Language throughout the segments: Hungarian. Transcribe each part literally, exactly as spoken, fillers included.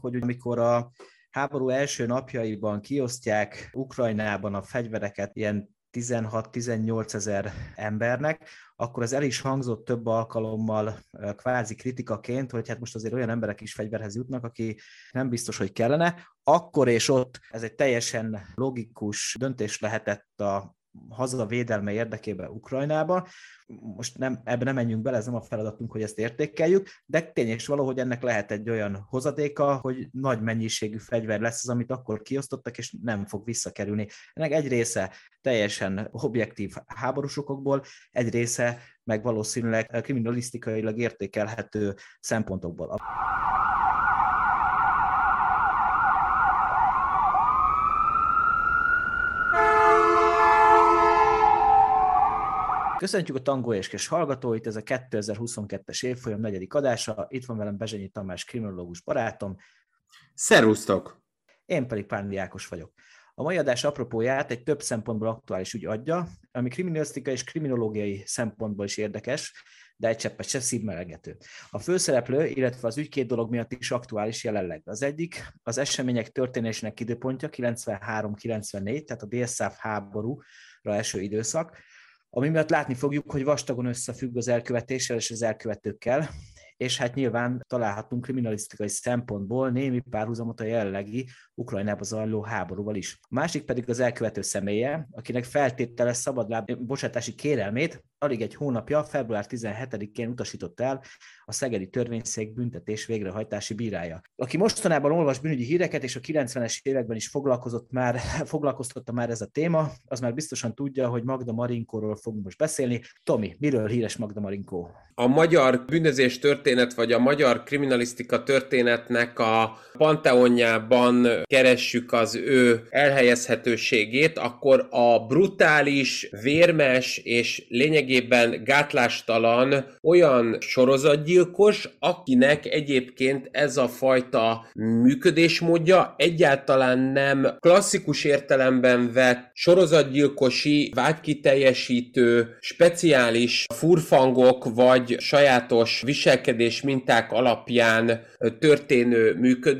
hogy amikor a háború első napjaiban kiosztják Ukrajnában a fegyvereket ilyen tizenhat-tizennyolc ezer embernek, akkor az el is hangzott több alkalommal kvázi kritikaként, hogy hát most azért olyan emberek is fegyverhez jutnak, aki nem biztos, hogy kellene. Akkor és ott ez egy teljesen logikus döntés lehetett a haza védelme érdekében Ukrajnában. Most nem, ebben nem menjünk bele, ez nem a feladatunk, hogy ezt értékeljük, de tény és való, hogy ennek lehet egy olyan hozadéka, hogy nagy mennyiségű fegyver lesz az, amit akkor kiosztottak, és nem fog visszakerülni. Ennek egy része teljesen objektív háborús okokból, egy része meg valószínűleg kriminalisztikailag értékelhető szempontokból. Köszöntjük a Tangó és Kes hallgatóit, ez a kétezer-huszonkettes évfolyam negyedik adása, itt van velem Bezsenyi Tamás kriminológus barátom. Szervusztok! Én pedig Párni Ákos vagyok. A mai adás apropóját egy több szempontból aktuális ügy adja, ami kriminalisztikai és kriminológiai szempontból is érdekes, de egy cseppet se szívmelegető. A főszereplő, illetve az ügy két dolog miatt is aktuális jelenleg. Az egyik az események történésének időpontja kilencvenhárom-kilencvennégy, tehát a délszláv háborúra eső időszak, ami miatt látni fogjuk, hogy vastagon összefügg az elkövetéssel és az elkövetőkkel, és hát nyilván találhatunk kriminalisztikai szempontból némi párhuzamot a jelenlegi Ukrajnában zajló háborúval is. A másik pedig az elkövető személye, akinek feltétele szabadláb bocsátási kérelmét alig egy hónapja, február tizenhetedikén utasított el a Szegedi Törvényszék büntetés végrehajtási bírája. Aki mostanában olvas bűnügyi híreket, és a kilencvenes években is foglalkozott már, foglalkoztatta már ez a téma, az már biztosan tudja, hogy Magda Marinkóról fogunk most beszélni. Tomi, miről híres Magda Marinkó? A magyar bűnözés történet, vagy a magyar kriminalisztika történetnek a panteonjában keressük az ő elhelyezhetőségét, akkor a brutális, vérmes és lényegében gátlástalan olyan sorozatgyilkos, akinek egyébként ez a fajta működésmódja egyáltalán nem klasszikus értelemben vett sorozatgyilkosi, vágykiteljesítő, speciális furfangok vagy sajátos viselkedés minták alapján történő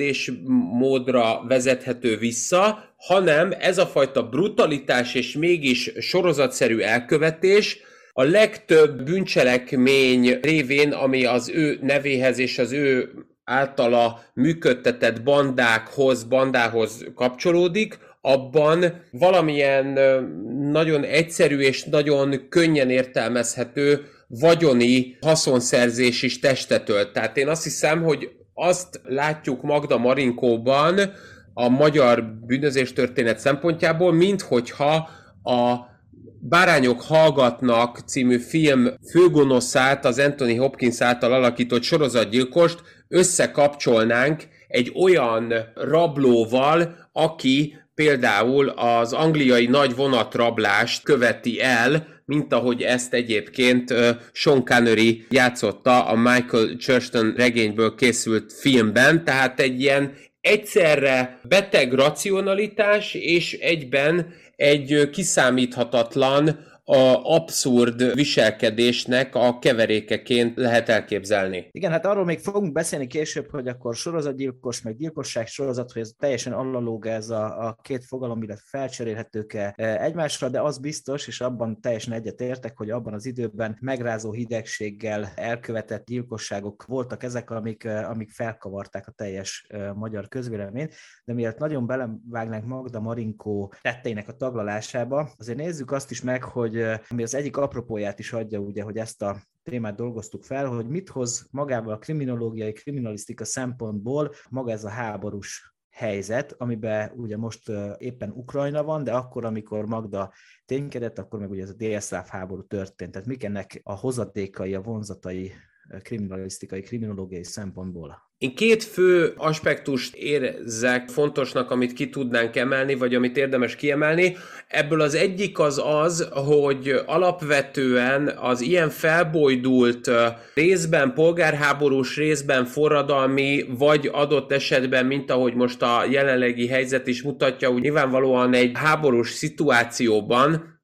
működésmódra vezethető vissza, hanem ez a fajta brutalitás és mégis sorozatszerű elkövetés a legtöbb bűncselekmény révén, ami az ő nevéhez és az ő általa működtetett bandákhoz, bandához kapcsolódik, abban valamilyen nagyon egyszerű és nagyon könnyen értelmezhető vagyoni haszonszerzés is testet ölt. Tehát én azt hiszem, hogy azt látjuk Magda Marinkóban a magyar bűnözéstörténet szempontjából, minthogyha a Bárányok hallgatnak című film főgonoszát, az Anthony Hopkins által alakított sorozatgyilkost összekapcsolnánk egy olyan rablóval, aki például az angliai nagy vonatrablást követi el, mint ahogy ezt egyébként Sean Connery játszotta a Michael Crichton regényből készült filmben, tehát egy ilyen egyszerre beteg racionalitás és egyben egy kiszámíthatatlan, a abszurd viselkedésnek a keverékeként lehet elképzelni. Igen, hát arról még fogunk beszélni később, hogy akkor sorozatgyilkos, meg gyilkosság sorozat, hogy ez teljesen analóg ez a, a két fogalom, illetve felcserélhetők egymásra, de az biztos, és abban teljesen egyetértek, hogy abban az időben megrázó hidegséggel elkövetett gyilkosságok voltak ezek, amik, amik felkavarták a teljes magyar közvéleményt, de mielőtt nagyon belevágnánk Magda Marinkó tetteinek a taglalásába, azért nézzük azt is meg, hogy ami az egyik apropóját is adja, ugye, hogy ezt a témát dolgoztuk fel, hogy mit hoz magával a kriminológiai, kriminalisztika szempontból maga ez a háborús helyzet, amiben ugye most éppen Ukrajna van, de akkor, amikor Magda ténykedett, akkor meg ugye ez a délszláv háború történt. Tehát mik ennek a hozadékai, a vonzatai kriminalisztikai, kriminológiai szempontból? Én két fő aspektust érzek fontosnak, amit ki tudnánk emelni, vagy amit érdemes kiemelni. Ebből az egyik az az, hogy alapvetően az ilyen felbojdult, részben polgárháborús, részben forradalmi, vagy adott esetben, mint ahogy most a jelenlegi helyzet is mutatja, úgy nyilvánvalóan egy háborús szituációban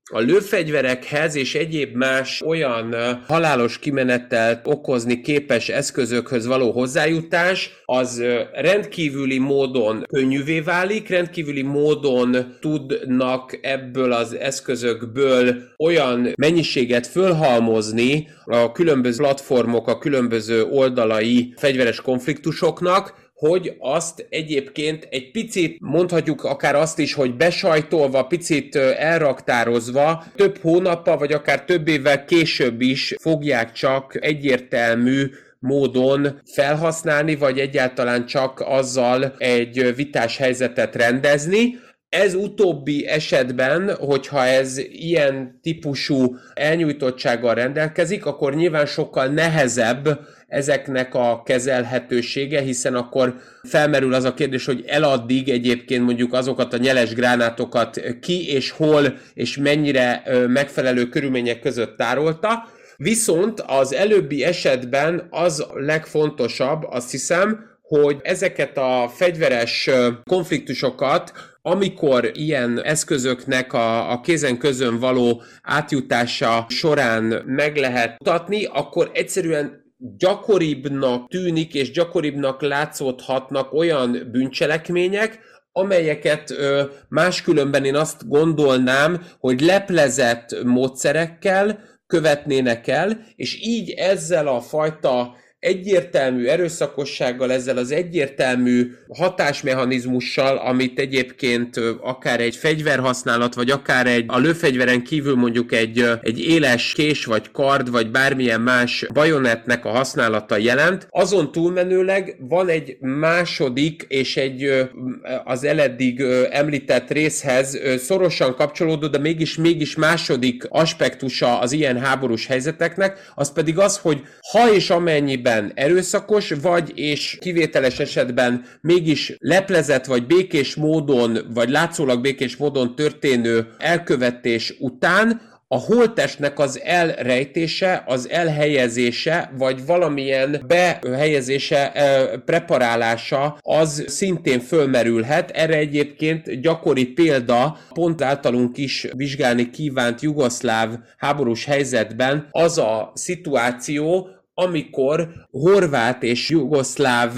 a lőfegyverekhez és egyéb más olyan halálos kimenetelt okozni képes eszközökhöz való hozzájutás, az rendkívüli módon könnyűvé válik, rendkívüli módon tudnak ebből az eszközökből olyan mennyiséget fölhalmozni a különböző platformok, a különböző oldalai fegyveres konfliktusoknak, hogy azt egyébként egy picit, mondhatjuk akár azt is, hogy besajtolva, picit elraktározva, több hónappal, vagy akár több évvel később is fogják csak egyértelmű módon felhasználni, vagy egyáltalán csak azzal egy vitás helyzetet rendezni. Ez utóbbi esetben, hogyha ez ilyen típusú elnyújtottsággal rendelkezik, akkor nyilván sokkal nehezebb ezeknek a kezelhetősége, hiszen akkor felmerül az a kérdés, hogy eladdig egyébként mondjuk azokat a nyeles gránátokat ki és hol és mennyire megfelelő körülmények között tárolta. Viszont az előbbi esetben az legfontosabb, azt hiszem, hogy ezeket a fegyveres konfliktusokat, amikor ilyen eszközöknek a, a kézen közön való átjutása során meg lehet mutatni, akkor egyszerűen gyakoribbnak tűnik és gyakoribbnak látszódhatnak olyan bűncselekmények, amelyeket ö, máskülönben én azt gondolnám, hogy leplezett módszerekkel követnének el, és így ezzel a fajta egyértelmű erőszakossággal, ezzel az egyértelmű hatásmechanizmussal, amit egyébként akár egy fegyverhasználat, vagy akár egy a lőfegyveren kívül mondjuk egy, egy éles kés, vagy kard, vagy bármilyen más bajonettnek a használata jelent. Azon túlmenőleg van egy második és egy az eleddig említett részhez szorosan kapcsolódó, de mégis, mégis második aspektusa az ilyen háborús helyzeteknek, az pedig az, hogy ha és amennyiben erőszakos, vagy és kivételes esetben mégis leplezett, vagy békés módon, vagy látszólag békés módon történő elkövetés után a holttestnek az elrejtése, az elhelyezése, vagy valamilyen behelyezése, preparálása, az szintén fölmerülhet. Erre egyébként gyakori példa, pont általunk is vizsgálni kívánt jugoszláv háborús helyzetben az a szituáció, amikor horvát és jugoszláv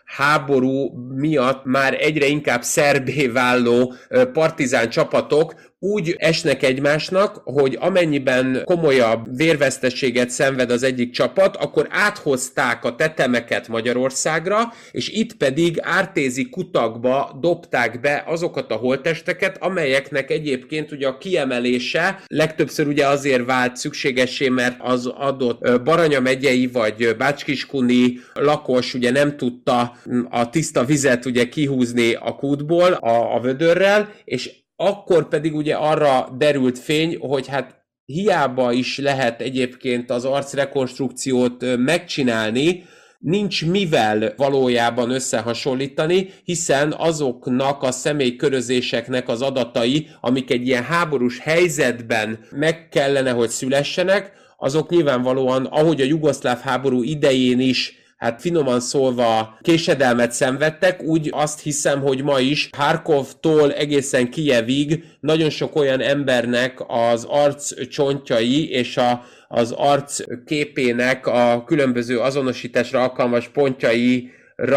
háború miatt már egyre inkább szerbbé váló partizán csapatok úgy esnek egymásnak, hogy amennyiben komolyabb vérveszteséget szenved az egyik csapat, akkor áthozták a tetemeket Magyarországra, és itt pedig ártézi kutakba dobták be azokat a holttesteket, amelyeknek egyébként ugye a kiemelése legtöbbször ugye azért vált szükségessé, mert az adott Baranya megyei vagy Bács-Kiskuni lakos ugye nem tudta a tiszta vizet ugye kihúzni a kútból a, a vödörrel, és akkor pedig ugye arra derült fény, hogy hát hiába is lehet egyébként az arcrekonstrukciót megcsinálni, nincs mivel valójában összehasonlítani, hiszen azoknak a személykörözéseknek az adatai, amik egy ilyen háborús helyzetben meg kellene, hogy szülessenek, azok nyilvánvalóan, ahogy a jugoszláv háború idején is, hát finoman szólva késedelmet szenvedtek, úgy azt hiszem, hogy ma is Harkovtól egészen Kijevig nagyon sok olyan embernek az arccsontjai és a, az arc képének a különböző azonosításra alkalmas pontjai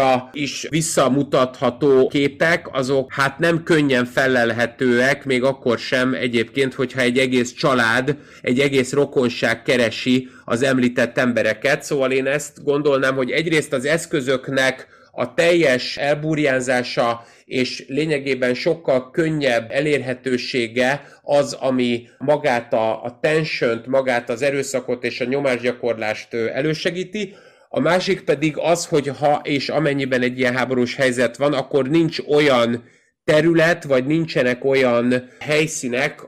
is visszamutatható képek, azok hát nem könnyen felelhetőek, még akkor sem egyébként, hogyha egy egész család, egy egész rokonság keresi az említett embereket. Szóval én ezt gondolnám, hogy egyrészt az eszközöknek a teljes elburjánzása és lényegében sokkal könnyebb elérhetősége az, ami magát a, a tensiont, magát az erőszakot és a nyomásgyakorlást elősegíti. A másik pedig az, hogy ha és amennyiben egy ilyen háborús helyzet van, akkor nincs olyan terület, vagy nincsenek olyan helyszínek,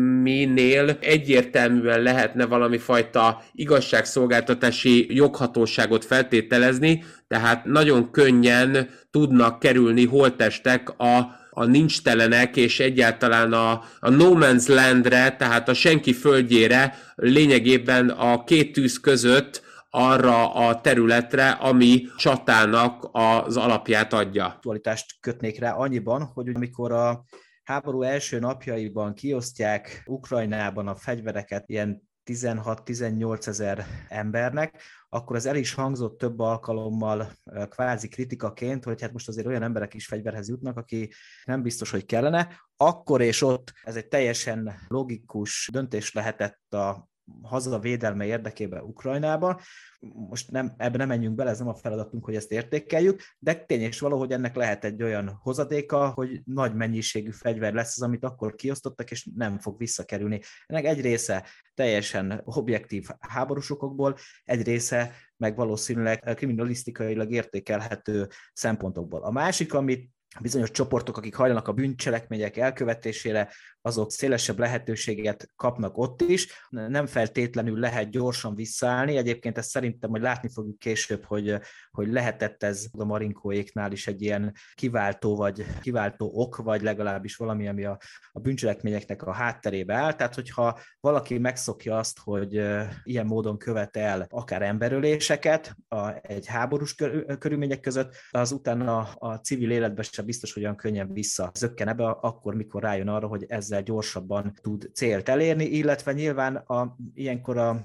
aminél egyértelműen lehetne valami fajta igazságszolgáltatási joghatóságot feltételezni, tehát nagyon könnyen tudnak kerülni holttestek a a nincstelenek és egyáltalán a, a no man's landre, tehát a senki földjére, lényegében a két tűz között arra a területre, ami csatának az alapját adja. Aktualitást kötnék rá annyiban, hogy amikor a háború első napjaiban kiosztják Ukrajnában a fegyvereket ilyen tizenhat-tizennyolc ezer embernek, akkor az el is hangzott több alkalommal kvázi kritikaként, hogy hát most azért olyan emberek is fegyverhez jutnak, aki nem biztos, hogy kellene. Akkor és ott ez egy teljesen logikus döntés lehetett a hazavédelme érdekében Ukrajnában. Most nem, ebben nem menjünk bele, ez nem a feladatunk, hogy ezt értékeljük, de tény és való, hogy ennek lehet egy olyan hozadéka, hogy nagy mennyiségű fegyver lesz az, amit akkor kiosztottak, és nem fog visszakerülni. Ennek egy része teljesen objektív háborús okokból, egy része meg valószínűleg kriminalisztikailag értékelhető szempontokból. A másik, amit bizonyos csoportok, akik hajlanak a bűncselekmények elkövetésére, azok szélesebb lehetőséget kapnak ott is. Nem feltétlenül lehet gyorsan visszaállni. Egyébként ezt szerintem majd látni fogjuk később, hogy, hogy lehetett ez a Marinkóéknál is egy ilyen kiváltó, vagy kiváltó ok, vagy legalábbis valami, ami a, a bűncselekményeknek a hátterébe áll. Tehát, hogyha valaki megszokja azt, hogy ilyen módon követ el akár emberöléseket a, egy háborús kör, körülmények között, az utána a, a civil életben sem biztos, hogy olyan könnyen visszazökken ebbe, akkor, mikor rájön arra, hogy ezzel gyorsabban tud célt elérni, illetve nyilván a, ilyenkor a,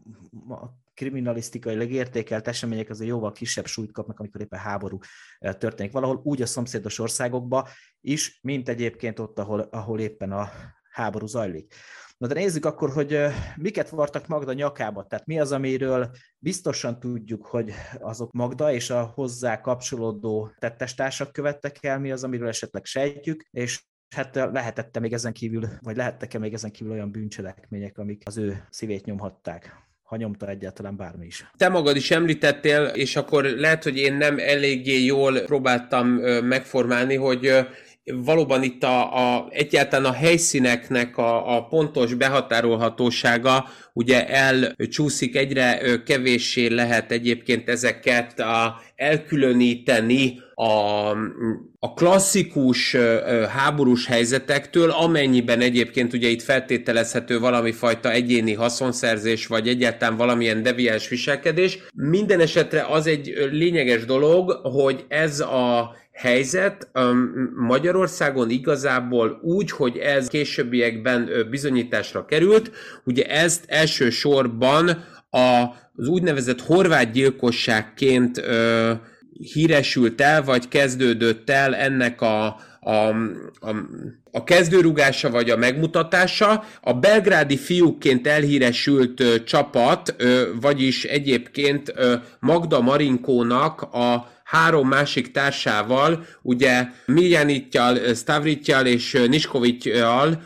a kriminalisztikailag értékelt események azért jóval kisebb súlyt kapnak, amikor éppen háború történik valahol, úgy a szomszédos országokban is, mint egyébként ott, ahol, ahol éppen a háború zajlik. Na de nézzük akkor, hogy miket vartak Magda nyakába, tehát mi az, amiről biztosan tudjuk, hogy azok Magda és a hozzá kapcsolódó tettestársak követtek el, mi az, amiről esetleg sejtjük, és hát lehetette még ezen kívül, vagy lehettek-e még ezen kívül olyan bűncselekmények, amik az ő szívét nyomhatták, ha nyomta egyáltalán bármi is. Te magad is említettél, és akkor lehet, hogy én nem eléggé jól próbáltam megformálni, hogy valóban itt a, a, egyáltalán a helyszíneknek a, a pontos behatárolhatósága ugye elcsúszik, egyre kevéssé lehet egyébként ezeket a, elkülöníteni a, a klasszikus háborús helyzetektől, amennyiben egyébként ugye itt feltételezhető valami fajta egyéni haszonszerzés, vagy egyáltalán valamilyen deviáns viselkedés. Minden esetre az egy lényeges dolog, hogy ez a helyzet Magyarországon igazából úgy, hogy ez későbbiekben bizonyításra került, ugye ezt elsősorban az úgynevezett horvát gyilkosságként híresült el, vagy kezdődött el ennek a, a, a, a kezdőrugása, vagy a megmutatása. A belgrádi fiúkként elhíresült ö, csapat, ö, vagyis egyébként ö, Magda Marinkónak a három másik társával, ugye Miljanittyal, Stavrittyal és Niskovittyal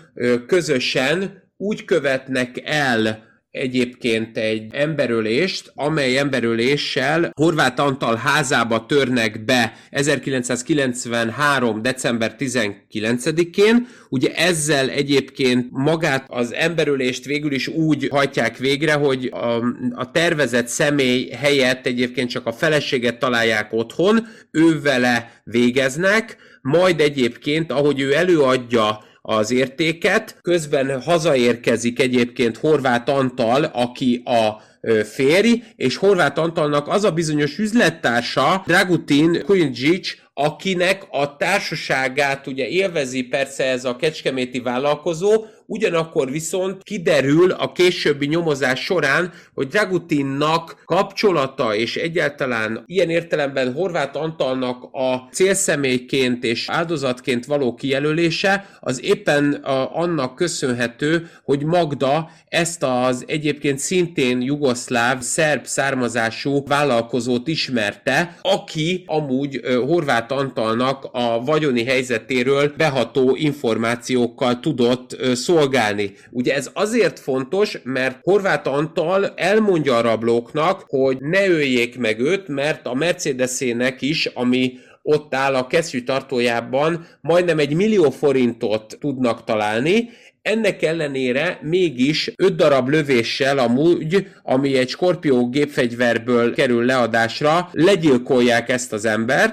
közösen úgy követnek el egyébként egy emberölést, amely emberöléssel Horváth Antal házába törnek be ezerkilencszázkilencvenhárom. december tizenkilencedikén. Ugye ezzel egyébként magát az emberölést végül is úgy hajtják végre, hogy a, a tervezett személy helyett egyébként csak a feleséget találják otthon, ővele végeznek, majd egyébként, ahogy ő előadja az értéket, közben hazaérkezik egyébként Horváth Antal, aki a férj, és Horváth Antalnak az a bizonyos üzlettársa, Dragutin Kujundžič, akinek a társaságát ugye élvezi persze ez a kecskeméti vállalkozó, ugyanakkor viszont kiderül a későbbi nyomozás során, hogy Dragutinnak kapcsolata és egyáltalán ilyen értelemben Horváth Antalnak a célszemélyként és áldozatként való kijelölése az éppen a, annak köszönhető, hogy Magda ezt az egyébként szintén jugoszláv, szerb származású vállalkozót ismerte, aki amúgy Horváth Antalnak a vagyoni helyzetéről beható információkkal tudott szolgálni. Ugye ez azért fontos, mert Horváth Antal elmondja a rablóknak, hogy ne öljék meg őt, mert a Mercedesének is, ami ott áll a kesztyűtartójában, majdnem egy millió forintot tudnak találni. Ennek ellenére mégis öt darab lövéssel amúgy, ami egy Scorpio gépfegyverből kerül leadásra, legyilkolják ezt az embert,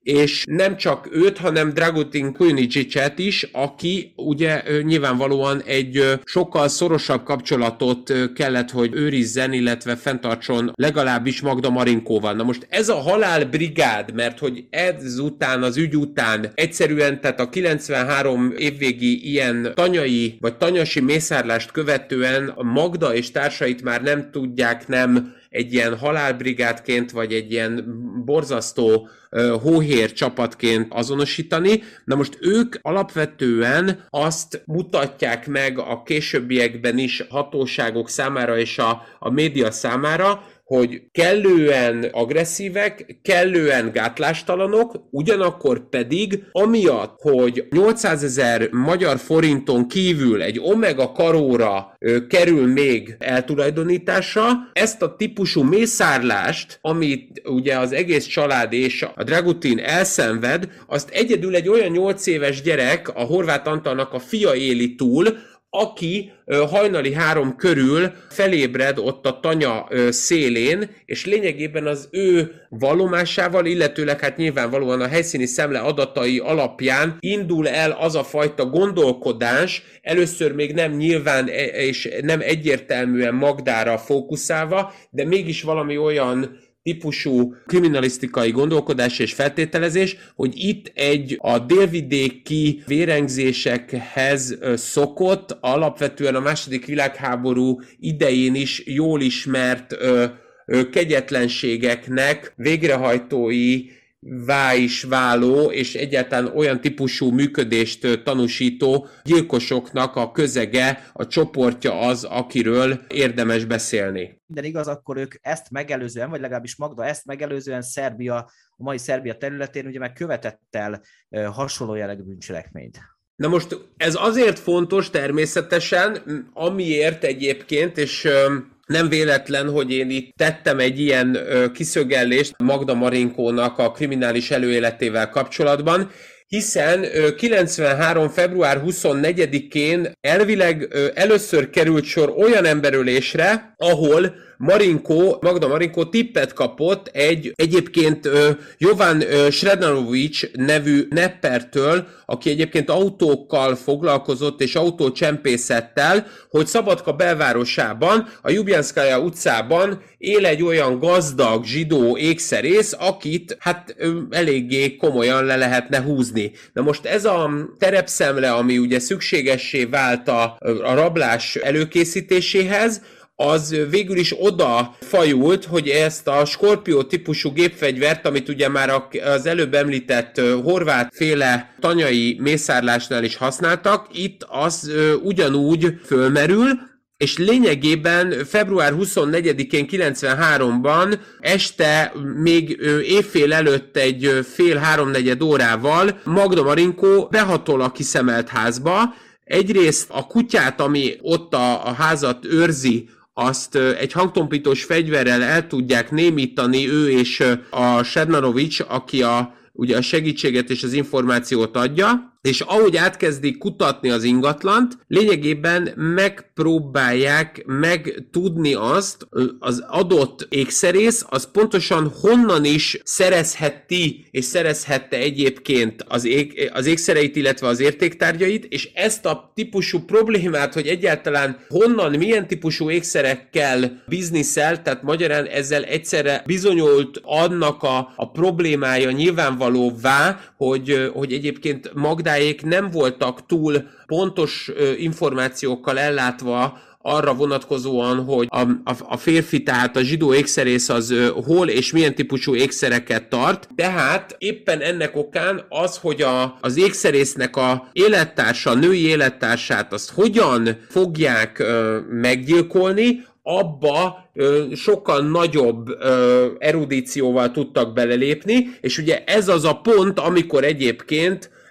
és nem csak őt, hanem Dragutin Kujundžicset is, aki ugye nyilvánvalóan egy sokkal szorosabb kapcsolatot kellett, hogy őrizzen, illetve fenntartson legalábbis Magda Marinkóval. Na most ez a halálbrigád, mert hogy ezután, az ügy után egyszerűen, tehát a kilencvenhárom évvégi ilyen tanyai vagy tanyasi mészárlást követően Magda és társait már nem tudják nem egy ilyen halálbrigádként, vagy egy ilyen borzasztó uh, hóhér csapatként azonosítani. Na most ők alapvetően azt mutatják meg a későbbiekben is hatóságok számára és a, a média számára, hogy kellően agresszívek, kellően gátlástalanok, ugyanakkor pedig amiatt, hogy nyolcszázezer magyar forinton kívül egy Omega karóra ö, kerül még eltulajdonítása, ezt a típusú mészárlást, amit ugye az egész család és a Dragutin elszenved, azt egyedül egy olyan nyolc éves gyerek, a Horváth Antalnak a fia éli túl, aki hajnali három körül felébred ott a tanya szélén, és lényegében az ő vallomásával, illetőleg hát nyilvánvalóan a helyszíni szemle adatai alapján indul el az a fajta gondolkodás, először még nem nyilván és nem egyértelműen Magdára fókuszálva, de mégis valami olyan típusú kriminalisztikai gondolkodás és feltételezés, hogy itt egy a délvidéki vérengzésekhez szokott, alapvetően a második világháború idején is jól ismert ö, ö, kegyetlenségeknek végrehajtói vá is váló, és egyáltalán olyan típusú működést tanúsító gyilkosoknak a közege, a csoportja az, akiről érdemes beszélni. Minden igaz, akkor ők ezt megelőzően, vagy legalábbis Magda ezt megelőzően Szerbia, a mai Szerbia területén ugye meg követett el hasonló jellegű bűncselekményt. Na most ez azért fontos természetesen, amiért egyébként, és nem véletlen, hogy én itt tettem egy ilyen ö, kiszögellést Magda Marinkónak a kriminális előéletével kapcsolatban, hiszen ö, kilencvenhárom február huszonnegyedikén elvileg ö, először került sor olyan emberölésre, ahol Marinkó, Magda Marinkó tippet kapott egy egyébként ö, Jovan Srednanovics nevű neppertől, aki egyébként autókkal foglalkozott és autócsempészettel, hogy Szabadka belvárosában, a Ljubljanskaja utcában él egy olyan gazdag zsidó ékszerész, akit hát ö, eléggé komolyan le lehetne húzni. Na most ez a terepszemle, ami ugye szükségessé vált a, a rablás előkészítéséhez, az végül is oda fajult, hogy ezt a Skorpió típusú gépfegyvert, amit ugye már az előbb említett horvát féle tanyai mészárlásnál is használtak, itt az ugyanúgy fölmerül, és lényegében február huszonnegyedikén kilencvenháromban este még évfél előtt egy fél háromnegyed órával Magda Marinkó behatol a kiszemelt házba. Egyrészt a kutyát, ami ott a, a házat őrzi, azt egy hangtompítós fegyverrel el tudják némítani ő és a Srednanovics, aki a, ugye a segítséget és az információt adja, és ahogy átkezdik kutatni az ingatlant, lényegében megpróbálják megtudni azt, az adott ékszerész, az pontosan honnan is szerezheti, és szerezhette egyébként az, ég, az ékszereit, illetve az értéktárgyait, és ezt a típusú problémát, hogy egyáltalán honnan, milyen típusú ékszerekkel bizniszel, tehát magyarán ezzel egyszerre bizonyult annak a, a problémája nyilvánvalóvá, hogy, hogy egyébként Magda nem voltak túl pontos ö, információkkal ellátva arra vonatkozóan, hogy a, a, a férfi, tehát a zsidó ékszerész az ö, hol és milyen típusú ékszereket tart. Tehát éppen ennek okán az, hogy a, az ékszerésznek a élettársa, a női élettársát, azt hogyan fogják ö, meggyilkolni, abba ö, sokkal nagyobb ö, erudícióval tudtak belelépni, és ugye ez az a pont, amikor egyébként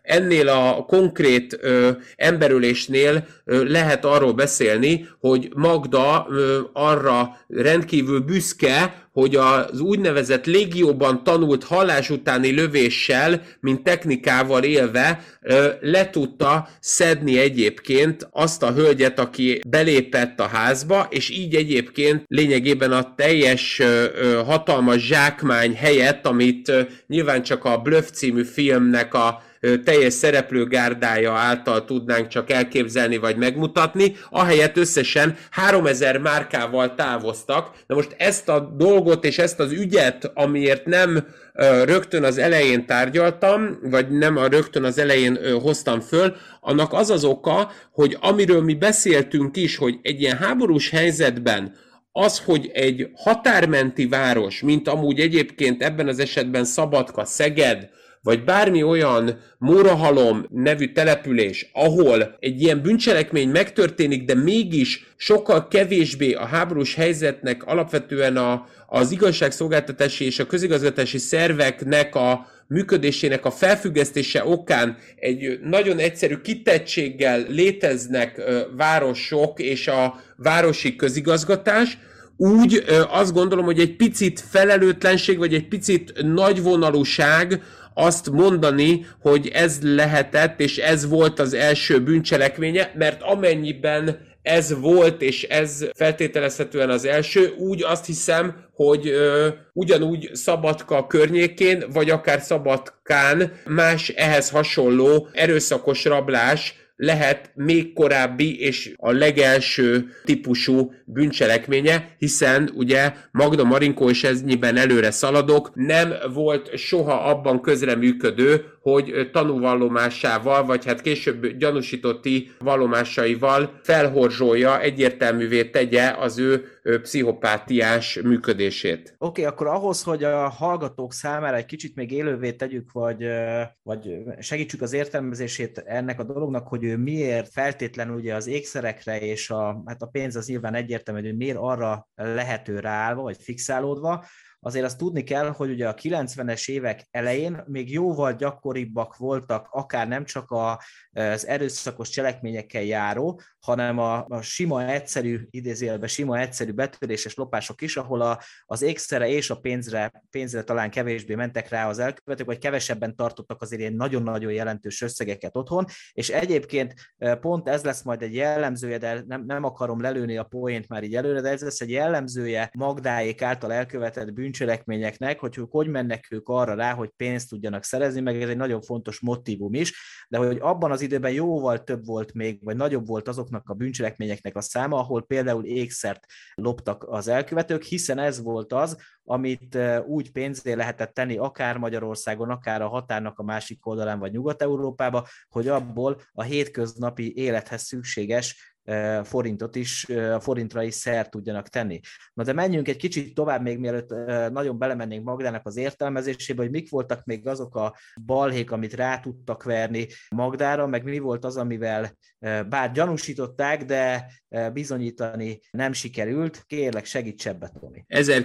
ennél a konkrét ö, emberölésnél ö, lehet arról beszélni, hogy Magda ö, arra rendkívül büszke, hogy az úgynevezett légióban tanult hallás utáni lövéssel, mint technikával élve le tudta szedni egyébként azt a hölgyet, aki belépett a házba, és így egyébként lényegében a teljes hatalmas zsákmány helyett, amit nyilván csak a Bluff című filmnek a teljes szereplőgárdája által tudnánk csak elképzelni vagy megmutatni, ahelyett összesen háromezer márkával távoztak. Na most ezt a dolgot és ezt az ügyet, amiért nem rögtön az elején tárgyaltam, vagy nem a rögtön az elején hoztam föl, annak az az oka, hogy amiről mi beszéltünk is, hogy egy ilyen háborús helyzetben az, hogy egy határmenti város, mint amúgy egyébként ebben az esetben Szabadka, Szeged, vagy bármi olyan Mórahalom nevű település, ahol egy ilyen bűncselekmény megtörténik, de mégis sokkal kevésbé a háborús helyzetnek alapvetően a, az igazságszolgáltatási és a közigazgatási szerveknek a működésének a felfüggesztése okán egy nagyon egyszerű kitettséggel léteznek városok és a városi közigazgatás, úgy azt gondolom, hogy egy picit felelőtlenség, vagy egy picit nagyvonalúság azt mondani, hogy ez lehetett, és ez volt az első bűncselekménye, mert amennyiben ez volt, és ez feltételezhetően az első, úgy azt hiszem, hogy ö, ugyanúgy Szabadka környékén, vagy akár Szabadkán más ehhez hasonló erőszakos rablás lehet még korábbi és a legelső típusú bűncselekménye, hiszen ugye Magda Marinkó és ennyiben előre szaladok, nem volt soha abban közreműködő, hogy tanúvallomásával, vagy hát később gyanúsítotti vallomásaival felhorzsolja, egyértelművé tegye az ő pszichopátiás működését. Oké, okay, akkor ahhoz, hogy a hallgatók számára egy kicsit még élővé tegyük, vagy, vagy segítsük az értelmezését ennek a dolognak, hogy ő miért feltétlenül ugye az ékszerekre és a, hát a pénz az nyilván egyértelmű, hogy miért arra lehető ráállva, vagy fixálódva, azért azt tudni kell, hogy ugye a kilencvenes évek elején még jóval gyakoribbak voltak, akár nem csak az erőszakos cselekményekkel járó, hanem a, a sima egyszerű, idézőjelben sima egyszerű betöréses lopások is, ahol a, az ékszere és a pénzre, pénzre talán kevésbé mentek rá az elkövetők, vagy kevesebben tartottak azért ilyen nagyon-nagyon jelentős összegeket otthon, és egyébként pont ez lesz majd egy jellemzője, de nem, nem akarom lelőni a poént már így előre, de ez lesz egy jellemzője Magdáék által elkövetett bűncselekményeknek, hogy hogy mennek ők arra rá, hogy pénzt tudjanak szerezni, meg ez egy nagyon fontos motívum is, de hogy abban az időben jóval több volt még, vagy nagyobb volt azoknak a bűncselekményeknek a száma, ahol például ékszert loptak az elkövetők, hiszen ez volt az, amit úgy pénzé lehetett tenni akár Magyarországon, akár a határnak a másik oldalán, vagy Nyugat-Európába, hogy abból a hétköznapi élethez szükséges forintot is, forintra is szert tudjanak tenni. Na de menjünk egy kicsit tovább még, mielőtt nagyon belemennénk Magdának az értelmezésébe, hogy mik voltak még azok a balhék, amit rá tudtak verni Magdára, meg mi volt az, amivel bár gyanúsították, de bizonyítani nem sikerült. Kérlek, segíts ebbe, Tomi.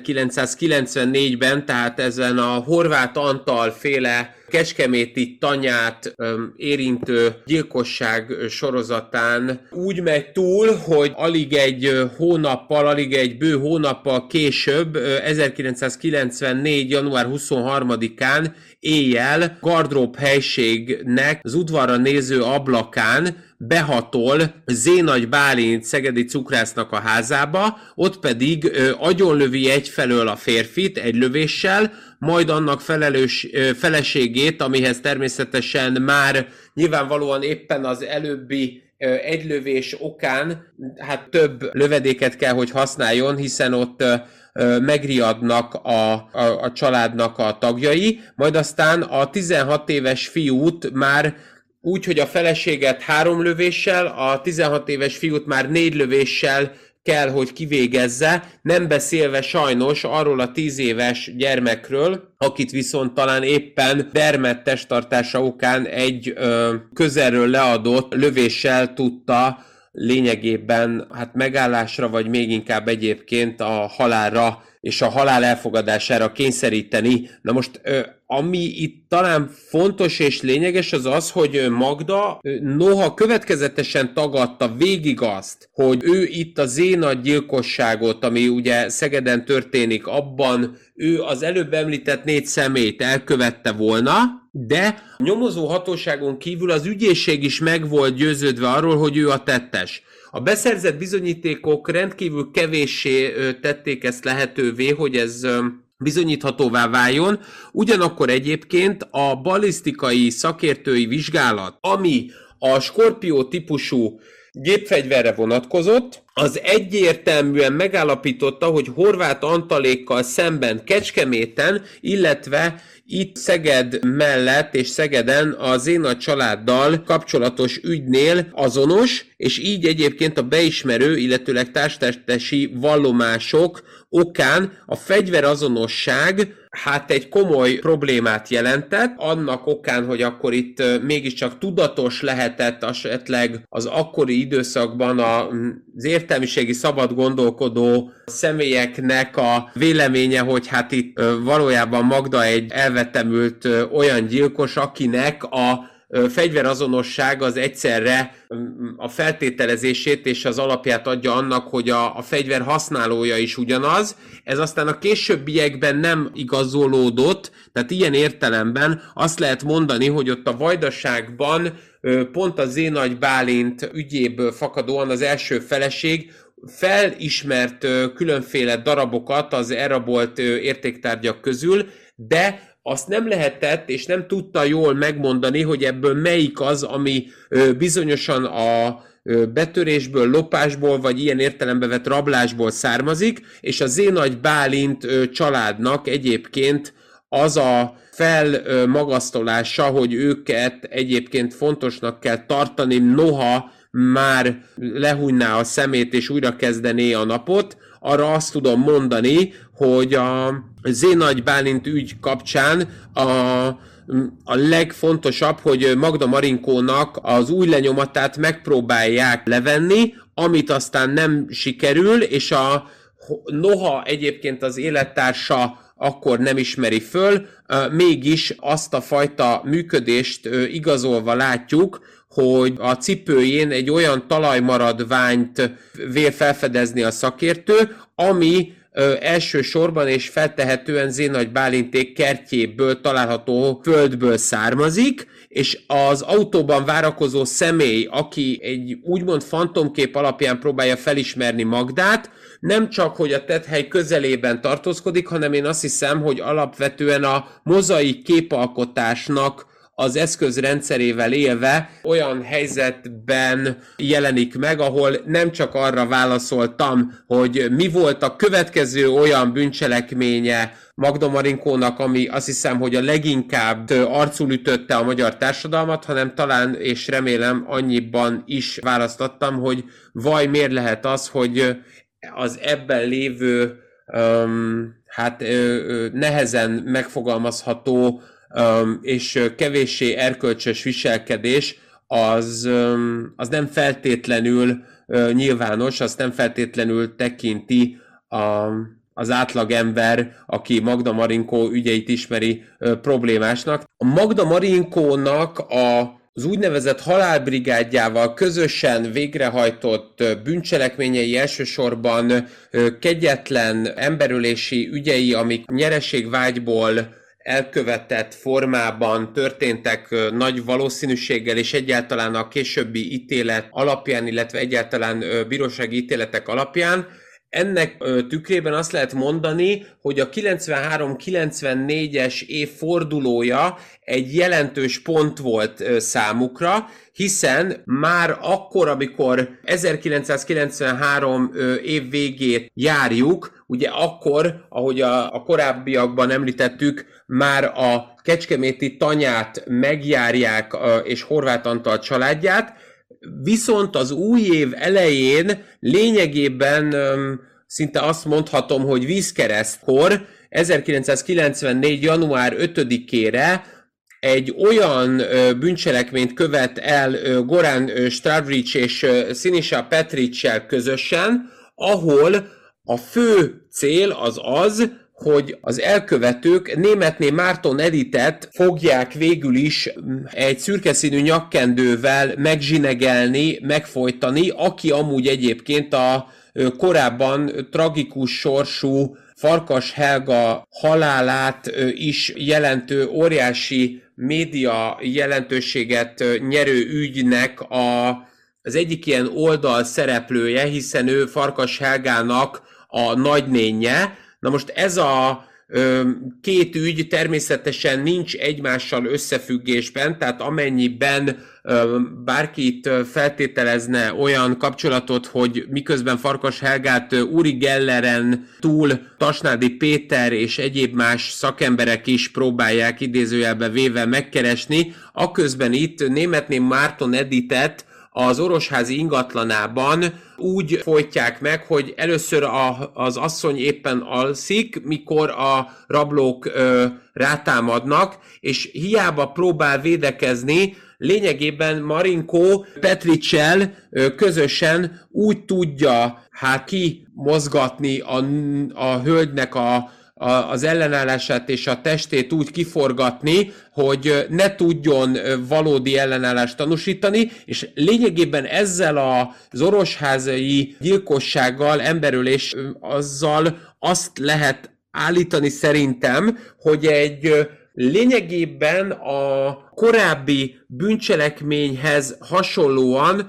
ezerkilencszázkilencvennégyben, tehát ezen a Horváth Antal féle kecskeméti tanyát érintő gyilkosság sorozatán úgy megy túl, hogy alig egy hónappal, alig egy bő hónappal később, ezerkilencszázkilencvennégy. január huszonharmadikán éjjel Gardrób helységnek az udvarra néző ablakán behatol Zénagy Bálint szegedi cukrásznak a házába, ott pedig ö, agyonlövi egyfelől a férfit egy lövéssel, majd annak felelős, ö, feleségét, amihez természetesen már nyilvánvalóan éppen az előbbi ö, egylövés okán hát több lövedéket kell, hogy használjon, hiszen ott ö, megriadnak a, a, a családnak a tagjai, majd aztán a tizenhat éves fiút már úgy, hogy a feleséget három lövéssel, a tizenhat éves fiút már négy lövéssel kell, hogy kivégezze, nem beszélve sajnos arról a tíz éves gyermekről, akit viszont talán éppen dermedt testtartása okán egy ö, közelről leadott lövéssel tudta lényegében hát megállásra, vagy még inkább egyébként a halálra és a halál elfogadására kényszeríteni. Na most ami itt talán fontos és lényeges az az, hogy Magda noha következetesen tagadta végig azt, hogy ő itt a Zénagy gyilkosságot, ami ugye Szegeden történik, abban ő az előbb említett négy személyt elkövette volna, de nyomozó hatóságon kívül az ügyészség is meg volt győződve arról, hogy ő a tettes. A beszerzett bizonyítékok rendkívül kevéssé tették ezt lehetővé, hogy ez bizonyíthatóvá váljon, ugyanakkor egyébként a ballisztikai szakértői vizsgálat, ami a Skorpió típusú gépfegyverre vonatkozott, az egyértelműen megállapította, hogy Horváth Antalékkal szemben Kecskeméten, illetve itt Szeged mellett és Szegeden a Zénagy családdal kapcsolatos ügynél azonos, és így egyébként a beismerő, illetőleg társtettesi vallomások okán a fegyverazonosság hát egy komoly problémát jelentett, annak okán, hogy akkor itt mégiscsak tudatos lehetett esetleg az akkori időszakban az értelmiségi szabad gondolkodó személyeknek a véleménye, hogy hát itt valójában Magda egy elvetemült olyan gyilkos, akinek a fegyverazonosság az egyszerre a feltételezését és az alapját adja annak, hogy a, a fegyver használója is ugyanaz. Ez aztán a későbbiekben nem igazolódott, tehát ilyen értelemben azt lehet mondani, hogy ott a Vajdaságban pont a Zénagy Bálint ügyéből fakadóan az első feleség felismert különféle darabokat az elrabolt értéktárgyak közül, de azt nem lehetett, és nem tudta jól megmondani, hogy ebből melyik az, ami bizonyosan a betörésből, lopásból, vagy ilyen értelembe vett rablásból származik, és a Zénagy Bálint családnak egyébként az a felmagasztolása, hogy őket egyébként fontosnak kell tartani, noha már lehújná a szemét és újra kezdené a napot, arra azt tudom mondani, hogy a Zénagy Bálint ügy kapcsán a, a legfontosabb, hogy Magda Marinkónak az új lenyomatát megpróbálják levenni, amit aztán nem sikerül, és a, noha egyébként az élettársa akkor nem ismeri föl, mégis azt a fajta működést igazolva látjuk, hogy a cipőjén egy olyan talajmaradványt vél felfedezni a szakértő, ami ö, elsősorban és feltehetően Zénagy Bálinték kertjéből található földből származik, és az autóban várakozó személy, aki egy úgymond fantomkép alapján próbálja felismerni Magdát, nem csak, hogy a tetthely közelében tartózkodik, hanem én azt hiszem, hogy alapvetően a mozaik képalkotásnak az eszközrendszerével élve olyan helyzetben jelenik meg, ahol nem csak arra válaszoltam, hogy mi volt a következő olyan bűncselekménye Magda Marinkónak, ami azt hiszem, hogy a leginkább arcul ütötte a magyar társadalmat, hanem talán és remélem annyiban is választottam, hogy vaj miért lehet az, hogy az ebben lévő um, hát uh, nehezen megfogalmazható Um, és kevéssé erkölcsös viselkedés, az, um, az nem feltétlenül uh, nyilvános, azt nem feltétlenül tekinti a, az átlagember, aki Magda Marinkó ügyeit ismeri uh, problémásnak. A Magda Marinkónak a az úgynevezett halálbrigádjával közösen végrehajtott bűncselekményei elsősorban kegyetlen emberölési ügyei, amik nyereségvágyból elkövetett formában történtek nagy valószínűséggel, és egyáltalán a későbbi ítélet alapján, illetve egyáltalán bírósági ítéletek alapján. Ennek tükrében azt lehet mondani, hogy a kilencvenhárom kilencvennégyes év fordulója egy jelentős pont volt számukra, hiszen már akkor, amikor ezerkilencszázkilencvenhárom év végét járjuk, ugye akkor, ahogy a, a korábbiakban említettük, már a kecskeméti tanyát megjárják és Horváth Antal családját, viszont az új év elején lényegében szinte azt mondhatom, hogy vízkeresztkor, ezerkilencszázkilencvennégy január ötödikére egy olyan bűncselekményt követ el Goran Stravric és Sinisa Petric-sel közösen, ahol a fő cél az az, hogy az elkövetők Németné Márton Editet fogják végül is egy szürkeszínű nyakkendővel megzsinegelni, megfojtani, aki amúgy egyébként a korábban tragikus sorsú Farkas Helga halálát is jelentő óriási média jelentőséget nyerő ügynek a, az egyik ilyen oldal szereplője, hiszen ő Farkas Helgának a nagynénje. Na most ez a ö, két ügy természetesen nincs egymással összefüggésben, tehát amennyiben ö, bárkit feltételezne olyan kapcsolatot, hogy miközben Farkas Helgát Uri Gelleren túl Tasnádi Péter és egyéb más szakemberek is próbálják idézőjelbe véve megkeresni, aközben itt Németné Márton Editet az orosházi ingatlanában úgy folytják meg, hogy először a, az asszony éppen alszik, mikor a rablók ö, rátámadnak, és hiába próbál védekezni, lényegében Marinko Petriccel ö, közösen úgy tudja hát kimozgatni a, a hölgynek a az ellenállását és a testét úgy kiforgatni, hogy ne tudjon valódi ellenállást tanúsítani, és lényegében ezzel az orosházai gyilkossággal, emberölés azzal azt lehet állítani szerintem, hogy egy lényegében a korábbi bűncselekményhez hasonlóan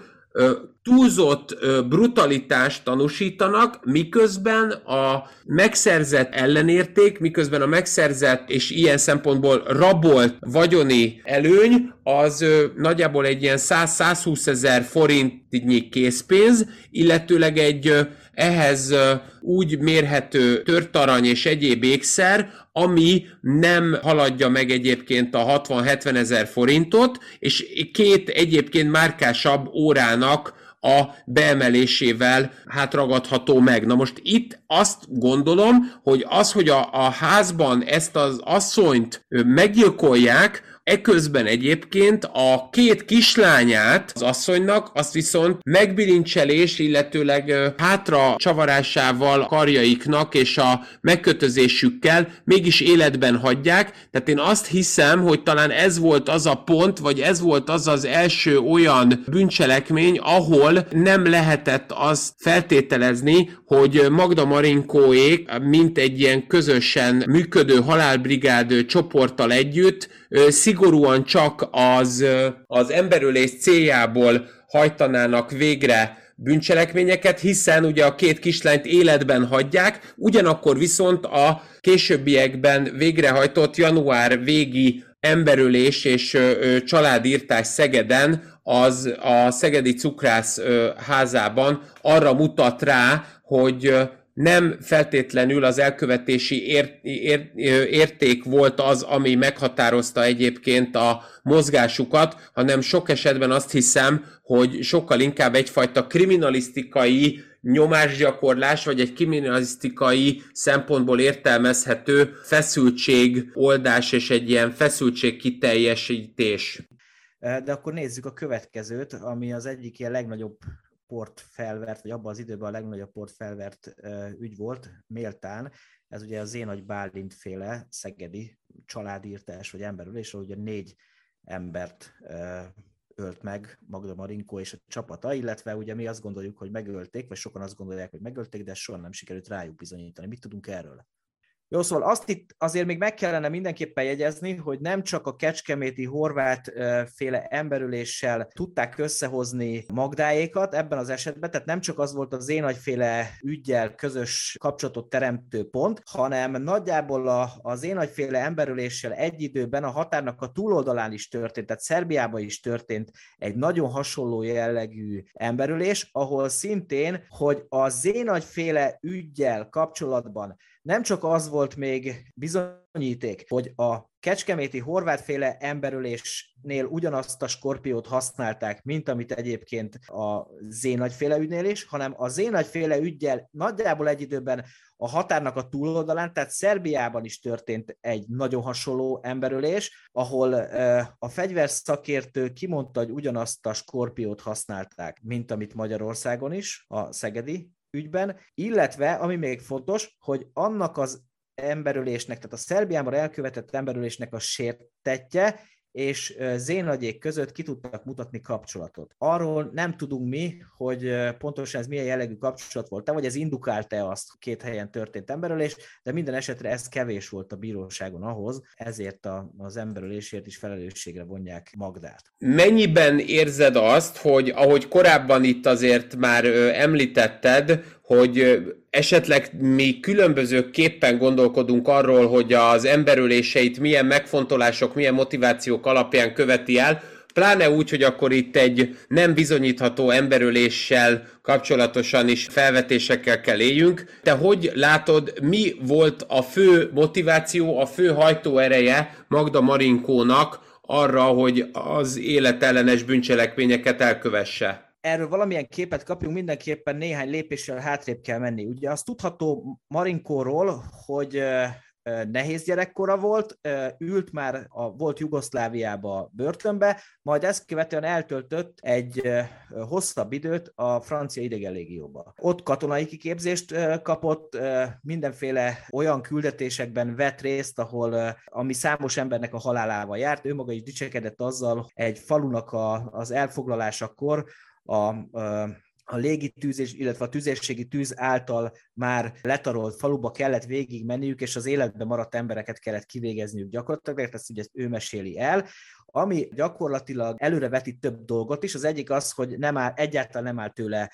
túlzott brutalitást tanúsítanak, miközben a megszerzett ellenérték, miközben a megszerzett és ilyen szempontból rabolt vagyoni előny, az nagyjából egy ilyen száz-százhúsz ezer forintnyi készpénz, illetőleg egy ehhez úgy mérhető törtarany és egyéb ékszer, ami nem haladja meg egyébként a hatvan-hetven ezer forintot, és két egyébként márkásabb órának a beemelésével hát ragadható meg. Na most itt azt gondolom, hogy az, hogy a, a házban ezt az asszonyt meggyilkolják, eközben egyébként a két kislányát az asszonynak, azt viszont megbilincselés, illetőleg hátra csavarásával karjaiknak és a megkötözésükkel mégis életben hagyják. Tehát én azt hiszem, hogy talán ez volt az a pont, vagy ez volt az az első olyan bűncselekmény, ahol nem lehetett azt feltételezni, hogy Magda Marinkóék, mint egy ilyen közösen működő halálbrigád csoporttal együtt, szigorúan csak az, az emberölés céljából hajtanának végre bűncselekményeket, hiszen ugye a két kislányt életben hagyják, ugyanakkor viszont a későbbiekben végrehajtott január végi emberölés és családírtás Szegeden, az a szegedi cukrász házában arra mutat rá, hogy nem feltétlenül az elkövetési ért, ért, érték volt az, ami meghatározta egyébként a mozgásukat, hanem sok esetben azt hiszem, hogy sokkal inkább egyfajta kriminalisztikai nyomásgyakorlás, vagy egy kriminalisztikai szempontból értelmezhető feszültségoldás és egy ilyen feszültségkiteljesítés. De akkor nézzük a következőt, ami az egyik ilyen legnagyobb port felvert, vagy abban az időben a legnagyobb port felvert uh, ügy volt, méltán. Ez ugye a Zénagy Bálint féle szegedi családírtás, vagy emberölés, ahol ugye négy embert uh, ölt meg Magda Marinkó és a csapata, illetve ugye mi azt gondoljuk, hogy megölték, vagy sokan azt gondolják, hogy megölték, de soha nem sikerült rájuk bizonyítani. Mit tudunk erről? Jó, szóval azt itt azért még meg kellene mindenképpen jegyezni, hogy nem csak a kecskeméti Horváth féle emberöléssel tudták összehozni Magdáékat ebben az esetben, tehát nem csak az volt a Zénagy féle üggyel közös kapcsolatot teremtő pont, hanem nagyjából a, a Zénagy féle emberöléssel egy időben a határnak a túloldalán is történt, tehát Szerbiában is történt egy nagyon hasonló jellegű emberölés, ahol szintén, hogy a Zénagy féle üggyel kapcsolatban nem csak az volt még bizonyíték, hogy a kecskeméti Horváth-féle emberölésnél ugyanazt a skorpiót használták, mint amit egyébként a Zénagy-féle ügynél is, hanem a Zénagy-féle üggyel nagyjából egy időben a határnak a túloldalán, tehát Szerbiában is történt egy nagyon hasonló emberölés, ahol a fegyverszakértő kimondta, hogy ugyanazt a skorpiót használták, mint amit Magyarországon is, a szegedi ügyben, illetve, ami még fontos, hogy annak az emberölésnek, tehát a Szerbiában elkövetett emberölésnek a sértettje és Zénagyék között ki tudtak mutatni kapcsolatot. Arról nem tudunk mi, hogy pontosan ez milyen jellegű kapcsolat volt, vagy ez indukálta azt, hogy két helyen történt emberölés, de minden esetre ez kevés volt a bíróságon ahhoz, ezért az emberölésért is felelősségre vonják Magdát. Mennyiben érzed azt, hogy ahogy korábban itt azért már említetted, hogy esetleg mi különbözőképpen gondolkodunk arról, hogy az emberöléseit milyen megfontolások, milyen motivációk alapján követi el, pláne úgy, hogy akkor itt egy nem bizonyítható emberöléssel kapcsolatosan is felvetésekkel kell éljünk. Te hogy látod, mi volt a fő motiváció, a fő hajtóereje Magda Marinkónak arra, hogy az életellenes bűncselekményeket elkövesse? Erről valamilyen képet kapjunk, mindenképpen néhány lépéssel hátrébb kell menni. Ugye azt tudható Marinkóról, hogy nehéz gyerekkora volt, ült már a volt Jugoszláviába börtönbe, majd ezt követően eltöltött egy hosszabb időt a francia idegenlégióba. Ott katonai kiképzést kapott, mindenféle olyan küldetésekben vett részt, ahol ami számos embernek a halálával járt, ő maga is dicsekedett azzal egy falunak a, az elfoglalásakor, a, a a légitűzés, illetve a tüzérségi tűz által már letarolt faluba kellett végig menniük, és az életben maradt embereket kellett kivégezniük gyakorlatilag, mert ezt, ugye, ezt ő meséli el, ami gyakorlatilag előrevetít több dolgot is. Az egyik az, hogy nem áll, egyáltalán nem áll tőle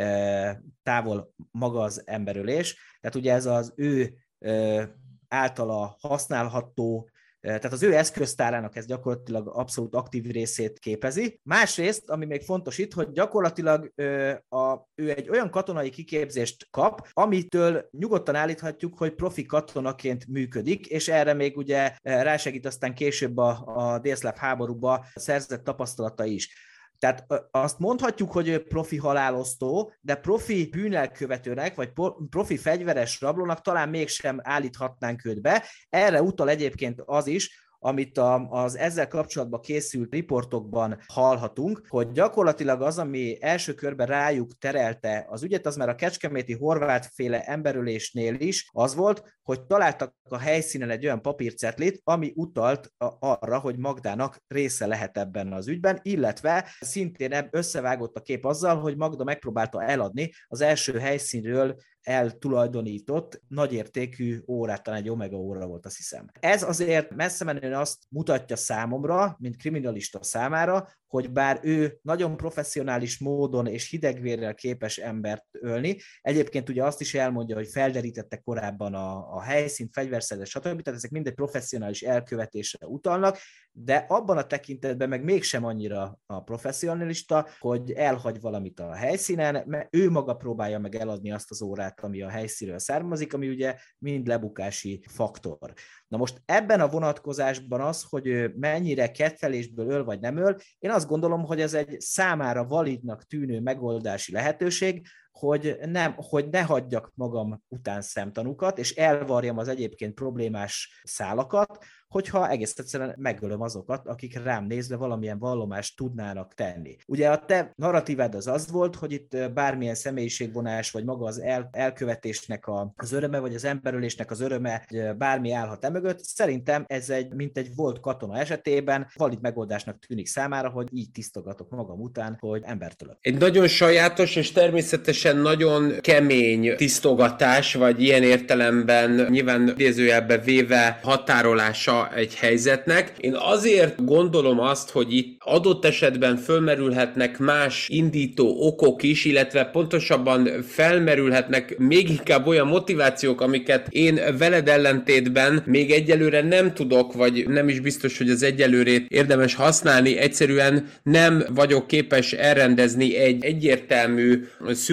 e, távol maga az emberölés, tehát ugye ez az ő e, általa használható, tehát az ő eszköztárának ez gyakorlatilag abszolút aktív részét képezi. Másrészt, ami még fontos itt, hogy gyakorlatilag a, ő egy olyan katonai kiképzést kap, amitől nyugodtan állíthatjuk, hogy profi katonaként működik, és erre még ugye rásegít aztán később a, a délszláv háborúba szerzett tapasztalata is. Tehát azt mondhatjuk, hogy ő profi halálosztó, de profi bűnelkövetőnek, vagy profi fegyveres rablónak talán mégsem állíthatnánk őt be. Erre utal egyébként az is, amit az ezzel kapcsolatban készült riportokban hallhatunk, hogy gyakorlatilag az, ami első körben rájuk terelte az ügyet, az már a kecskeméti Horváth-féle emberölésnél is az volt, hogy találtak a helyszínen egy olyan papírcetlit, ami utalt arra, hogy Magdának része lehet ebben az ügyben, illetve szintén összevágott a kép azzal, hogy Magda megpróbálta eladni az első helyszínről eltulajdonított nagyértékű órát, talán egy Omega óra volt, azt hiszem. Ez azért messze menően azt mutatja számomra, mint kriminalista számára, hogy bár ő nagyon professzionális módon és hidegvérrel képes embert ölni, egyébként ugye azt is elmondja, hogy felderítette korábban a, a helyszínt, fegyverszerzés, stb. Tehát ezek mindegy professzionális elkövetésre utalnak, de abban a tekintetben meg mégsem annyira a professzionalista, hogy elhagy valamit a helyszínen, mert ő maga próbálja meg eladni azt az órát, ami a helyszínről származik, ami ugye mind lebukási faktor. Na most ebben a vonatkozásban az, hogy ő mennyire kettelésből öl vagy nem öl, én azt gondolom, hogy ez egy számára validnak tűnő megoldási lehetőség, hogy, nem, hogy ne hagyjak magam után szemtanúkat, és elvarjam az egyébként problémás szálakat, hogyha egész egyszerűen megölöm azokat, akik rám nézve valamilyen vallomást tudnának tenni. Ugye a te narratívád az az volt, hogy itt bármilyen személyiségvonás, vagy maga az el, elkövetésnek a, az öröme, vagy az emberölésnek az öröme, bármi állhat emögött. Szerintem ez egy, mint egy volt katona esetében valid megoldásnak tűnik számára, hogy így tisztogatok magam után, hogy embert ölök. Egy nagyon sajátos és természetesen nagyon kemény tisztogatás, vagy ilyen értelemben nyilván idézőjelbe véve határolása egy helyzetnek. Én azért gondolom azt, hogy itt adott esetben fölmerülhetnek más indító okok is, illetve pontosabban felmerülhetnek még inkább olyan motivációk, amiket én veled ellentétben még egyelőre nem tudok, vagy nem is biztos, hogy az egyelőrét érdemes használni. Egyszerűen nem vagyok képes elrendezni egy egyértelmű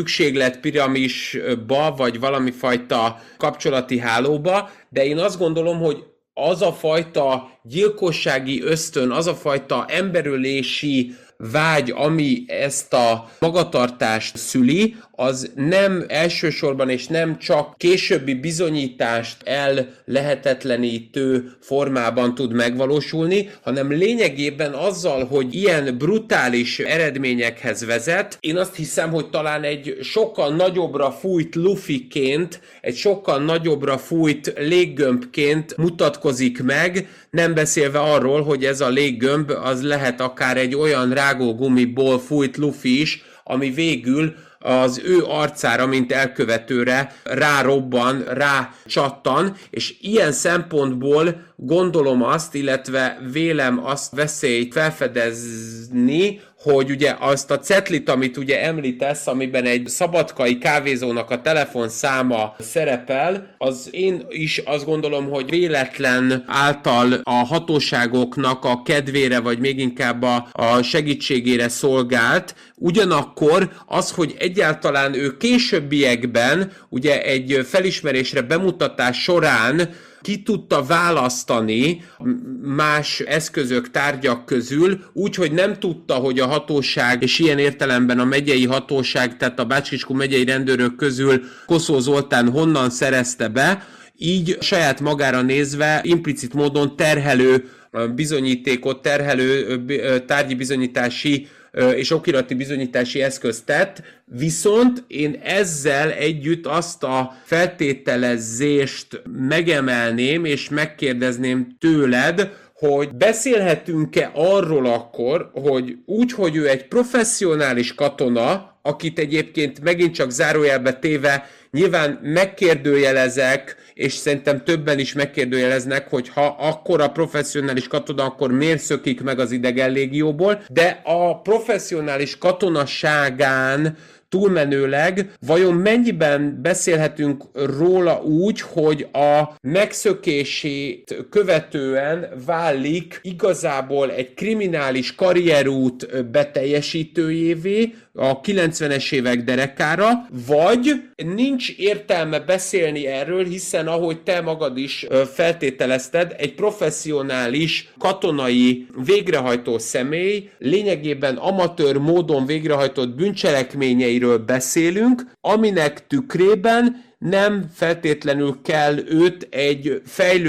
szükségletpiramisba, vagy valami fajta kapcsolati hálóba, de én azt gondolom, hogy az a fajta gyilkossági ösztön, az a fajta emberölési vágy, ami ezt a magatartást szüli, az nem elsősorban és nem csak későbbi bizonyítást el lehetetlenítő formában tud megvalósulni, hanem lényegében azzal, hogy ilyen brutális eredményekhez vezet, én azt hiszem, hogy talán egy sokkal nagyobbra fújt lufiként, egy sokkal nagyobbra fújt léggömbként mutatkozik meg, nem beszélve arról, hogy ez a léggömb az lehet akár egy olyan rágógumiból fújt lufi is, ami végül az ő arcára, mint elkövetőre rárobban, rácsattan, és ilyen szempontból gondolom azt, illetve vélem azt veszélyt felfedezni, hogy ugye azt a cetlit, amit ugye említesz, amiben egy szabadkai kávézónak a telefonszáma szerepel, az én is azt gondolom, hogy véletlen által a hatóságoknak a kedvére, vagy még inkább a, a segítségére szolgált. Ugyanakkor az, hogy egyáltalán ő későbbiekben ugye egy felismerésre bemutatás során ki tudta választani más eszközök, tárgyak közül, úgyhogy nem tudta, hogy a hatóság, és ilyen értelemben a megyei hatóság, tehát a Bács-Kiskun megyei rendőrök közül Koszó Zoltán honnan szerezte be, így saját magára nézve implicit módon terhelő bizonyítékot, terhelő tárgyi bizonyítási és okirati bizonyítási eszközt tett, viszont én ezzel együtt azt a feltételezést megemelném, és megkérdezném tőled, hogy beszélhetünk-e arról akkor, hogy úgy, hogy ő egy professzionális katona, akit egyébként megint csak zárójelbe téve nyilván megkérdőjelezek, és szerintem többen is megkérdőjeleznek, hogy ha akkor a professzionális katona, akkor miért szökik meg az idegen légióból, de a professzionális katonaságán túlmenőleg vajon mennyiben beszélhetünk róla úgy, hogy a megszökését követően válik igazából egy kriminális karrierút beteljesítőjévé a kilencvenes évek derekára, vagy nincs értelme beszélni erről, hiszen ahogy te magad is feltételezted, egy professzionális katonai végrehajtó személy lényegében amatőr módon végrehajtott bűncselekményeiről beszélünk, aminek tükrében nem feltétlenül kell őt egy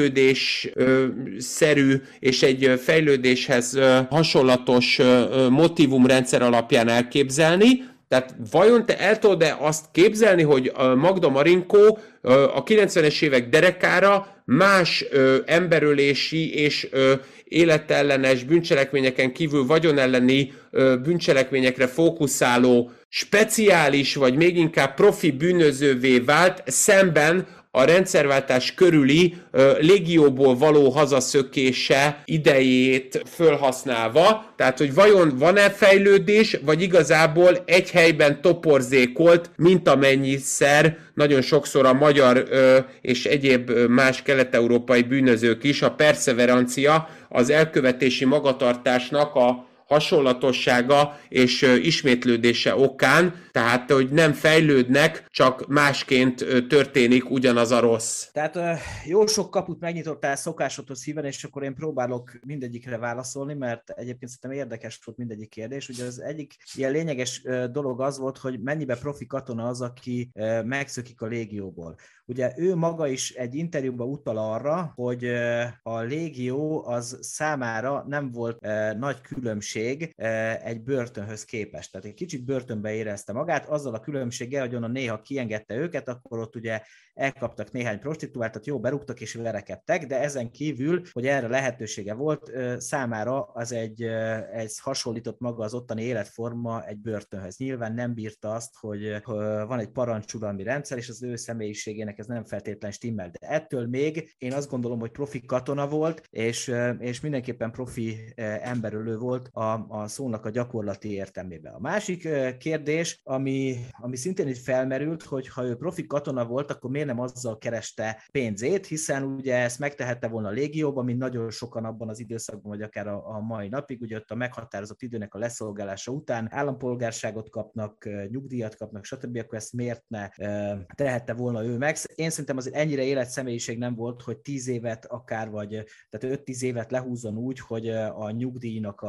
fejlődésszerű és egy fejlődéshez hasonlatos motívumrendszer alapján elképzelni. Tehát vajon te el tudod-e azt képzelni, hogy Magda Marinkó a kilencvenes évek derekára más emberölési és életellenes bűncselekményeken kívül vagyonelleni bűncselekményekre fókuszáló speciális, vagy még inkább profi bűnözővé vált, szemben a rendszerváltás körüli uh, légióból való hazaszökése idejét fölhasználva. Tehát, hogy vajon van-e fejlődés, vagy igazából egy helyben toporzékolt, mint amennyiszer nagyon sokszor a magyar uh, és egyéb uh, más kelet-európai bűnözők is, a perszeverancia az elkövetési magatartásnak a hasonlatossága és ismétlődése okán, tehát hogy nem fejlődnek, csak másként történik ugyanaz a rossz. Tehát jó sok kaput megnyitottál szokásodhoz híven, és akkor én próbálok mindegyikre válaszolni, mert egyébként szerintem érdekes volt mindegyik kérdés. Ugye az egyik ilyen lényeges dolog az volt, hogy mennyibe profi katona az, aki megszökik a légióból. Ugye ő maga is egy interjúban utal arra, hogy a légió az számára nem volt nagy különbség egy börtönhöz képest. Tehát egy kicsit börtönbe érezte magát, azzal a különbséggel, hogy onnan néha kiengedte őket, akkor ott ugye elkaptak néhány prostituáltat, jó, berúgtak és verekedtek, de ezen kívül, hogy erre lehetősége volt, számára az egy, egy hasonlított maga az ottani életforma egy börtönhöz. Nyilván nem bírta azt, hogy van egy parancsuralmi rendszer, és az ő személyiségének ez nem feltétlen stimmel. De ettől még én azt gondolom, hogy profi katona volt, és, és mindenképpen profi emberölő volt a, a szónak a gyakorlati értelmében. A másik kérdés, ami, ami szintén itt felmerült, hogy ha ő profi katona volt, akkor miért nem azzal kereste pénzét, hiszen ugye ezt megtehette volna a légióban, mint nagyon sokan abban az időszakban, vagy akár a, a mai napig, ugye ott a meghatározott időnek a leszolgálása után állampolgárságot kapnak, nyugdíjat kapnak, stb., akkor ezt miért ne tehette volna ő meg. Én szerintem azért ennyire életszemélyiség nem volt, hogy tíz évet akár, vagy tehát öt-tíz évet lehúzzon úgy, hogy a nyugdíjnak a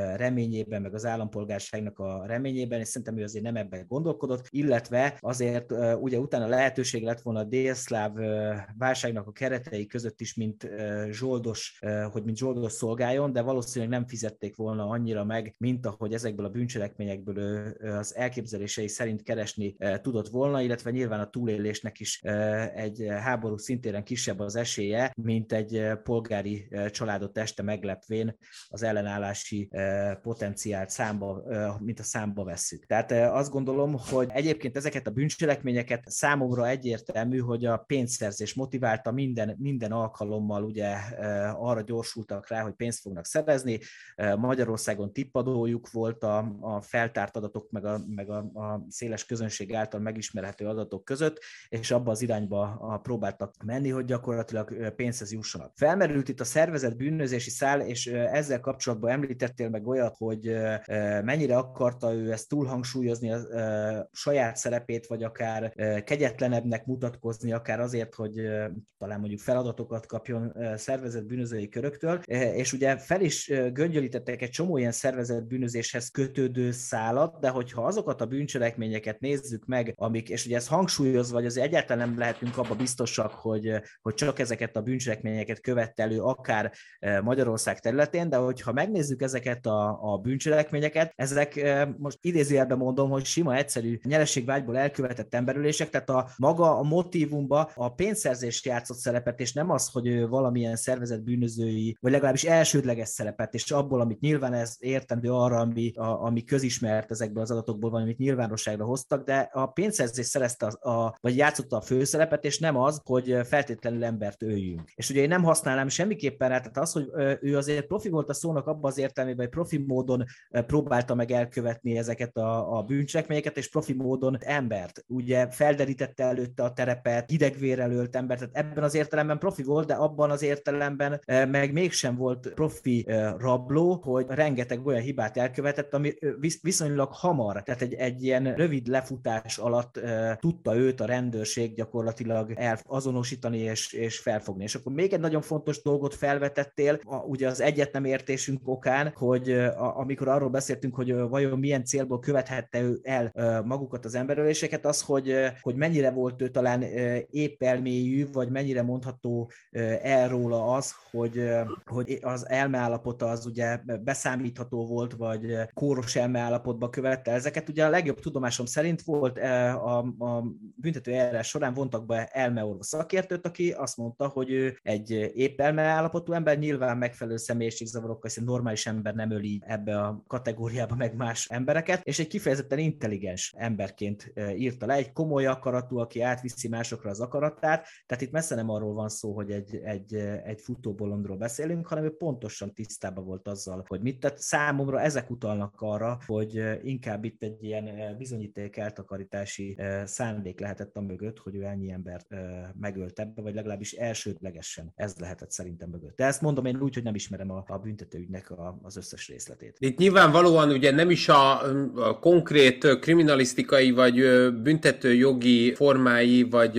reményében, meg az állampolgárságnak a reményében, és szerintem ő azért nem ebben gondolkodott, illetve azért ugye utána lehetőség lett volna a délszláv válságnak a keretei között is, mint zsoldos, hogy mint zsoldos szolgáljon, de valószínűleg nem fizették volna annyira meg, mint ahogy ezekből a bűncselekményekből az elképzelései szerint keresni tudott volna, illetve nyilván a túlélésnek is egy háború szintéren kisebb az esélye, mint egy polgári családot este meglepvén az ellenállási potenciált számba, mint a számba vesszük. Tehát azt gondolom, hogy egyébként ezeket a bűncselekményeket számomra egyértelmű, hogy a pénzszerzés motiválta, minden, minden alkalommal ugye arra gyorsultak rá, hogy pénzt fognak szerezni. Magyarországon tippadójuk volt a, a feltárt adatok, meg, a, meg a, a széles közönség által megismerhető adatok között, és abba az irányba a, próbáltak menni, hogy gyakorlatilag pénzhez jussanak. Felmerült itt a szervezett bűnözési szál, és ezzel kapcsolatban említettél meg olyat, hogy mennyire akarta ő ezt túlhangsúlyozni a saját szerepét, vagy akár kegyetlenebbnek mutatkozni, akár azért, hogy talán mondjuk feladatokat kapjon szervezett bűnözői köröktől, és ugye fel is göngyölítettek egy csomó ilyen szervezett bűnözéshez kötődő szálat, de hogyha azokat a bűncselekményeket nézzük meg, amik, és ugye ez hangsúlyozva, vagy az egyáltalán nem lehetünk abba biztosak, hogy, hogy csak ezeket a bűncselekményeket követte elő, akár Magyarország területén, de hogyha megnézzük ezeket a, a bűncselekményeket, ezek most idézőjelben mondom, hogy sima, egyszerű nyereségvágyból elkövetett emberölések, tehát a maga a motívumba a pénzszerzés játszott szerepet, és nem az, hogy ő valamilyen szervezett bűnözői, vagy legalábbis elsődleges szerepet, és abból, amit nyilván ez értendő arra, ami, a, ami közismert ezekből az adatokból van, amit nyilvánosságra hoztak, de a pénzszerzés szerezte a, a, vagy játszotta a főszerepet, és nem az, hogy feltétlenül embert öljünk. És ugye én nem használnám semmiképpen rá, tehát az, hogy ő azért profi volt a szónak abban az értelmében, hogy profi módon próbálta meg elkövetni ezeket a, a bűncselekményeket, és profi módon embert. Ugye felderítette előtte a terepet, hidegvérrel ölt embert, tehát ebben az értelemben profi volt, de abban az értelemben meg mégsem volt profi rabló, hogy rengeteg olyan hibát elkövetett, ami viszonylag hamar, tehát egy, egy ilyen rövid lefutás alatt tudta őt a rendőrség gyakorlatilag azonosítani és, és felfogni. És akkor még egy nagyon fontos dolgot felvetettél, a, ugye az egyet nem értésünk okán, hogy a, amikor arról beszéltünk, hogy vajon milyen célból követhette ő el magukat az emberöléseket, az, hogy, hogy mennyire volt ő talán épp elmélyű, vagy mennyire mondható el róla az, hogy, hogy az elmeállapota az ugye beszámítható volt, vagy kóros elmeállapotba követte ezeket. Ugye a legjobb tudomásom szerint volt a, a büntető eljárás során vontak be elmeorvos szakértőt, aki azt mondta, hogy ő egy épp elmeállapotú ember, nyilván megfelelő személyiségzavarokkal, hiszen normális ember nem öl így ebbe a kategóriába meg más embereket, és egy kifejezetten intelligens emberként írta le, egy komoly akaratú, aki átviszi másokra az akaratát, tehát itt messze nem arról van szó, hogy egy, egy, egy futóbolondról beszélünk, hanem ő pontosan tisztában volt azzal, hogy mit tett. Számomra ezek utalnak arra, hogy inkább itt egy ilyen bizonyíték eltakarítási szándék lehetett a mögött, hogy ő ennyi embert megölt ebbe, vagy legalábbis elsődlegesen ez lehetett szerintem mögött. De ezt mondom én úgy, hogy nem ismerem a, a büntetőügynek a, az összes részletét. Itt nyilvánvalóan ugye nem is a, a konkrét kriminalisztikai vagy büntetőjogi formái, vagy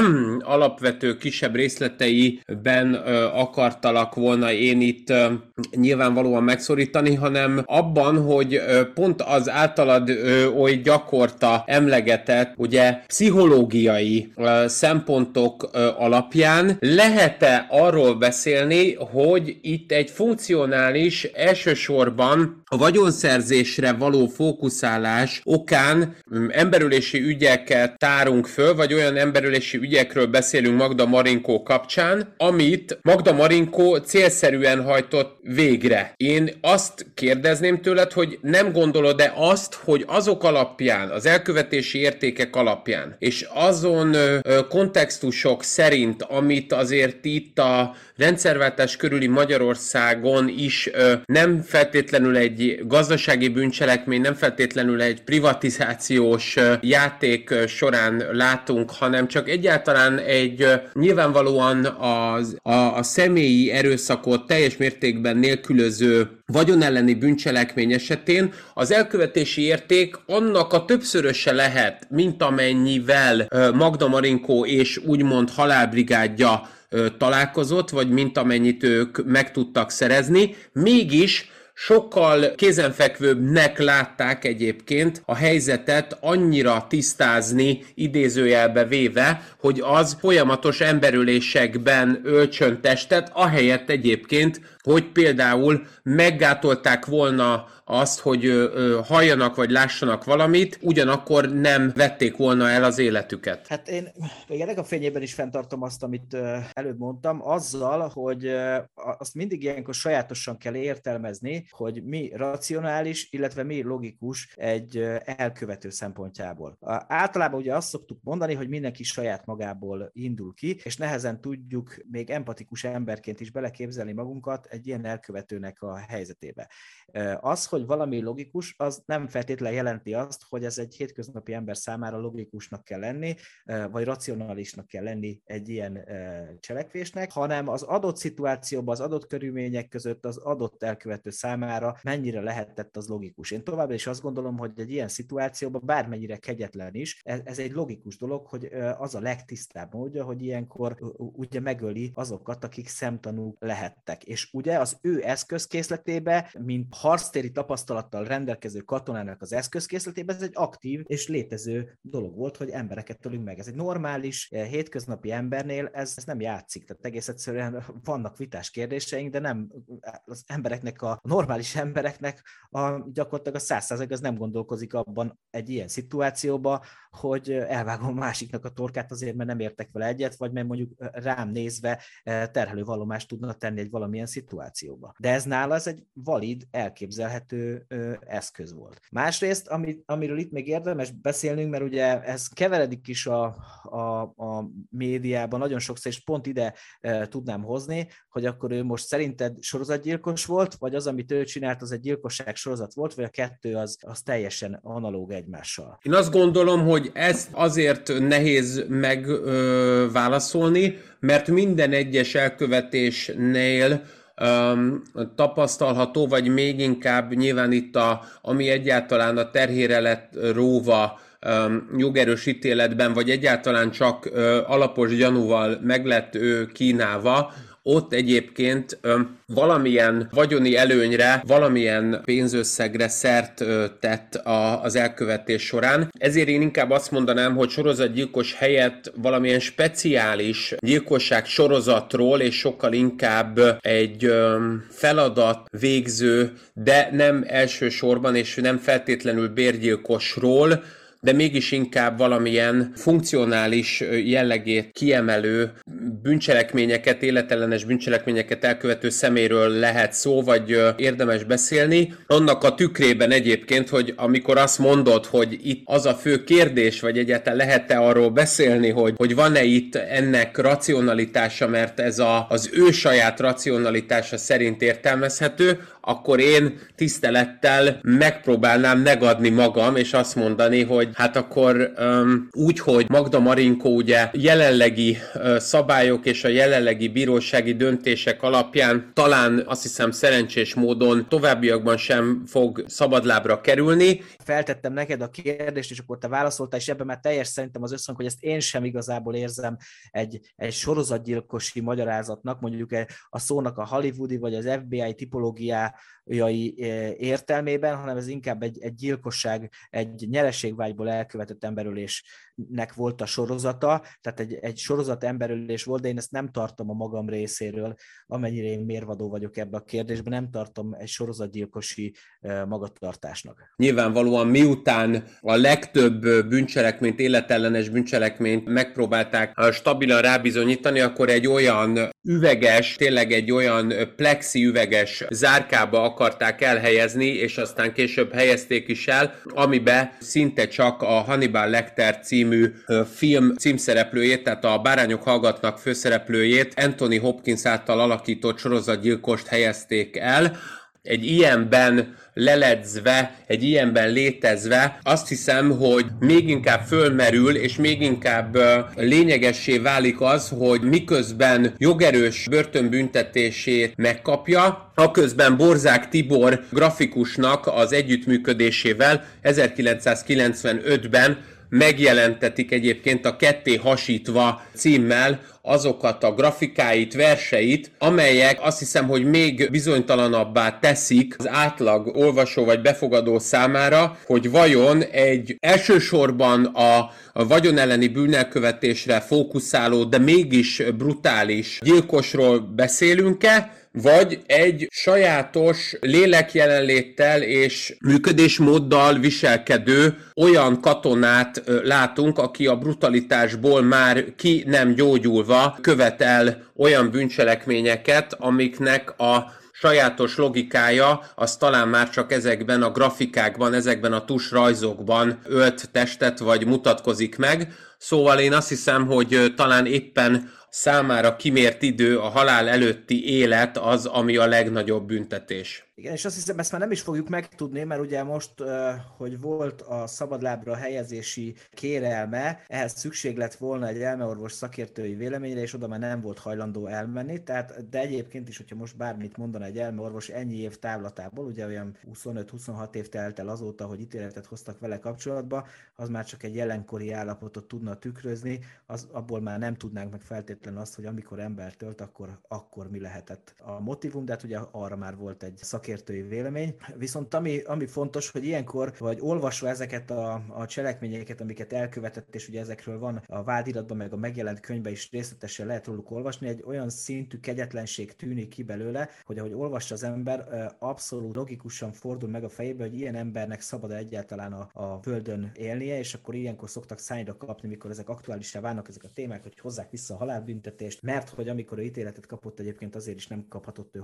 alapvető kisebb részleteiben akartalak volna én itt nyilvánvalóan megszorítani, hanem abban, hogy pont az általad oly gyakorta emlegetett, ugye pszichológiai szempontok alapján lehet-e arról beszélni, hogy itt egy funkcionális, elsősorban a vagyonszerzésre való fókuszálás okán emberölési ügyeket tárunk föl, vagy olyan emberölési ügyekről beszélünk Magda Marinkó kapcsán, amit Magda Marinkó célszerűen hajtott végre. Én azt kérdezném tőled, hogy nem gondolod-e azt, hogy azok alapján, az elkövetési értékek alapján, és azon ö, kontextusok szerint, amit azért itt a rendszerváltás körüli Magyarországon is ö, nem feltétlenül egy gazdasági bűncselekmény, nem feltétlenül egy privatizációs ö, játék ö, során látunk, hanem csak egyáltalán egy ö, nyilvánvalóan az, a, a személyi erőszakot teljes mértékben nélkülöző vagyonelleni bűncselekmény esetén az elkövetési érték annak a többszöröse lehet, mint amennyivel Magda Marinkó és úgymond halálbrigádja találkozott, vagy mint amennyit ők meg tudtak szerezni, mégis sokkal kézenfekvőbbnek látták egyébként a helyzetet annyira tisztázni, idézőjelbe véve, hogy az folyamatos emberölésekben öltsön testet, ahelyett egyébként, hogy például meggátolták volna azt, hogy ö, ö, halljanak vagy lássanak valamit, ugyanakkor nem vették volna el az életüket. Hát én még ennek a fényében is fenntartom azt, amit ö, előbb mondtam, azzal, hogy ö, azt mindig ilyenkor sajátosan kell értelmezni, hogy mi racionális, illetve mi logikus egy ö, elkövető szempontjából. A, általában ugye azt szoktuk mondani, hogy mindenki saját magából indul ki, és nehezen tudjuk még empatikus emberként is beleképzelni magunkat egy ilyen elkövetőnek a helyzetébe. Az, hogy valami logikus, az nem feltétlenül jelenti azt, hogy ez egy hétköznapi ember számára logikusnak kell lenni, vagy racionálisnak kell lenni egy ilyen cselekvésnek, hanem az adott szituációban, az adott körülmények között az adott elkövető számára mennyire lehetett az logikus. Én továbbra is azt gondolom, hogy egy ilyen szituációban bármennyire kegyetlen is, ez, ez egy logikus dolog, hogy az a legtisztább módja, hogy ilyenkor ugye megöli azokat, akik szemtanúk lehettek. És ugye az ő eszközkészletébe, mint harctéri tapasztalattal rendelkező katonának az eszközkészletében ez egy aktív és létező dolog volt, hogy embereket ölünk meg. Ez egy normális, hétköznapi embernél ez, ez nem játszik. Tehát egész egyszerűen vannak vitás kérdéseink, de nem az embereknek, a normális embereknek a, gyakorlatilag a száz százalék az nem gondolkozik abban egy ilyen szituációban, hogy elvágom a másiknak a torkát azért, mert nem értek vele egyet, vagy mert mondjuk rám nézve terhelő vallomást tudna tenni egy valamilyen szituációba. De ez nála ez egy valid, elképzelhető ö, eszköz volt. Másrészt, amit, amiről itt még érdemes beszélnünk, mert ugye ez keveredik is a, a, a médiában nagyon sokszor, és pont ide e, tudnám hozni, hogy akkor ő most szerinted sorozatgyilkos volt, vagy az, amit ő csinált, az egy gyilkosság sorozat volt, vagy a kettő az, az teljesen analóg egymással? Én azt gondolom, hogy ezt azért nehéz megválaszolni, mert minden egyes elkövetésnél Um, tapasztalható, vagy még inkább nyilván itt, a, ami egyáltalán a terhére lett róva um, jogerős ítéletben, vagy egyáltalán csak uh, alapos gyanúval meg lett ő kínálva, ott egyébként ö, valamilyen vagyoni előnyre, valamilyen pénzösszegre szert ö, tett a, az elkövetés során. Ezért én inkább azt mondanám, hogy sorozatgyilkos helyett valamilyen speciális gyilkosság sorozatról, és sokkal inkább egy ö, feladat végző, de nem elsősorban, és nem feltétlenül bérgyilkosról, de mégis inkább valamilyen funkcionális jellegét kiemelő bűncselekményeket, életellenes bűncselekményeket elkövető szeméről lehet szó, vagy érdemes beszélni. Annak a tükrében egyébként, hogy amikor azt mondod, hogy itt az a fő kérdés, vagy egyáltalán lehet-e arról beszélni, hogy, hogy van-e itt ennek racionalitása, mert ez a, az ő saját racionalitása szerint értelmezhető, akkor én tisztelettel megpróbálnám megadni magam, és azt mondani, hogy hát akkor um, úgy, hogy Magda Marinkó ugye jelenlegi uh, szabályok és a jelenlegi bírósági döntések alapján talán azt hiszem szerencsés módon továbbiakban sem fog szabadlábra kerülni. Feltettem neked a kérdést, és akkor te válaszoltál, és ebben már teljes szerintem az összhang, hogy ezt én sem igazából érzem egy, egy sorozatgyilkosi magyarázatnak, mondjuk a szónak a hollywoodi vagy az ef bé i tipológiájai értelmében, hanem ez inkább egy, egy gyilkosság, egy nyereségvágyból elkövetett emberölésnek volt a sorozata, tehát egy, egy sorozat emberölés volt, de én ezt nem tartom a magam részéről, amennyire én mérvadó vagyok ebbe a kérdésben, nem tartom egy sorozatgyilkosi magatartásnak. Nyilvánvalóan miután a legtöbb bűncselekményt, életellenes bűncselekményt megpróbálták stabilan rábizonyítani, akkor egy olyan üveges, tényleg egy olyan plexi üveges zárkába akarták elhelyezni, és aztán később helyezték is el, amibe szinte csak a Hannibal Lecter című film címszereplőjét, tehát a Bárányok hallgatnak főszereplőjét, Anthony Hopkins által alakított sorozatgyilkost helyezték el. Egy ilyenben leledzve, egy ilyenben létezve, azt hiszem, hogy még inkább fölmerül, és még inkább lényegessé válik az, hogy miközben jogerős börtönbüntetését megkapja, aközben Borzák Tibor grafikusnak az együttműködésével ezerkilencszázkilencvenötben megjelentetik egyébként a Ketté hasítva címmel azokat a grafikáit, verseit, amelyek azt hiszem, hogy még bizonytalanabbá teszik az átlag olvasó vagy befogadó számára, hogy vajon egy elsősorban a, a vagyon elleni bűnelkövetésre fókuszáló, de mégis brutális gyilkosról beszélünk-e, vagy egy sajátos lélekjelenléttel és működésmóddal viselkedő olyan katonát látunk, aki a brutalitásból már ki nem gyógyulva követel olyan bűncselekményeket, amiknek a sajátos logikája az talán már csak ezekben a grafikákban, ezekben a tusrajzokban ölt testet vagy mutatkozik meg. Szóval én azt hiszem, hogy talán éppen számára kimért idő, a halál előtti élet az, ami a legnagyobb büntetés. Igen, és azt hiszem, ezt már nem is fogjuk megtudni, mert ugye most, hogy volt a szabadlábra helyezési kérelme, ehhez szükség lett volna egy elmeorvos szakértői véleményre, és oda már nem volt hajlandó elmenni, tehát, de egyébként is, hogyha most bármit mondana egy elmeorvos ennyi év távlatából, ugye olyan huszonöt-huszonhat év telt el azóta, hogy ítéletet hoztak vele kapcsolatba, az már csak egy jelenkori állapotot tudna tükrözni, az, abból már nem tudnánk meg feltétlenül azt, hogy amikor ember tölt, akkor, akkor mi lehetett a motivum, de hát ugye arra már volt egy szakértői vélemény. Viszont ami, ami fontos, hogy ilyenkor, vagy olvasva ezeket a, a cselekményeket, amiket elkövetett, és ugye ezekről van a vádiratban, meg a megjelent könyvben is részletesen lehet róluk olvasni, egy olyan szintű kegyetlenség tűnik ki belőle, hogy ahogy olvassa az ember, abszolút logikusan fordul meg a fejébe, hogy ilyen embernek szabad egyáltalán a, a földön élnie, és akkor ilyenkor szoktak szányra kapni, mikor ezek aktuálisá válnak ezek a témák, hogy hozzák vissza a halálbüntetést, mert hogy amikor ő ítéletet kapott, egyébként azért is nem kaphatott ő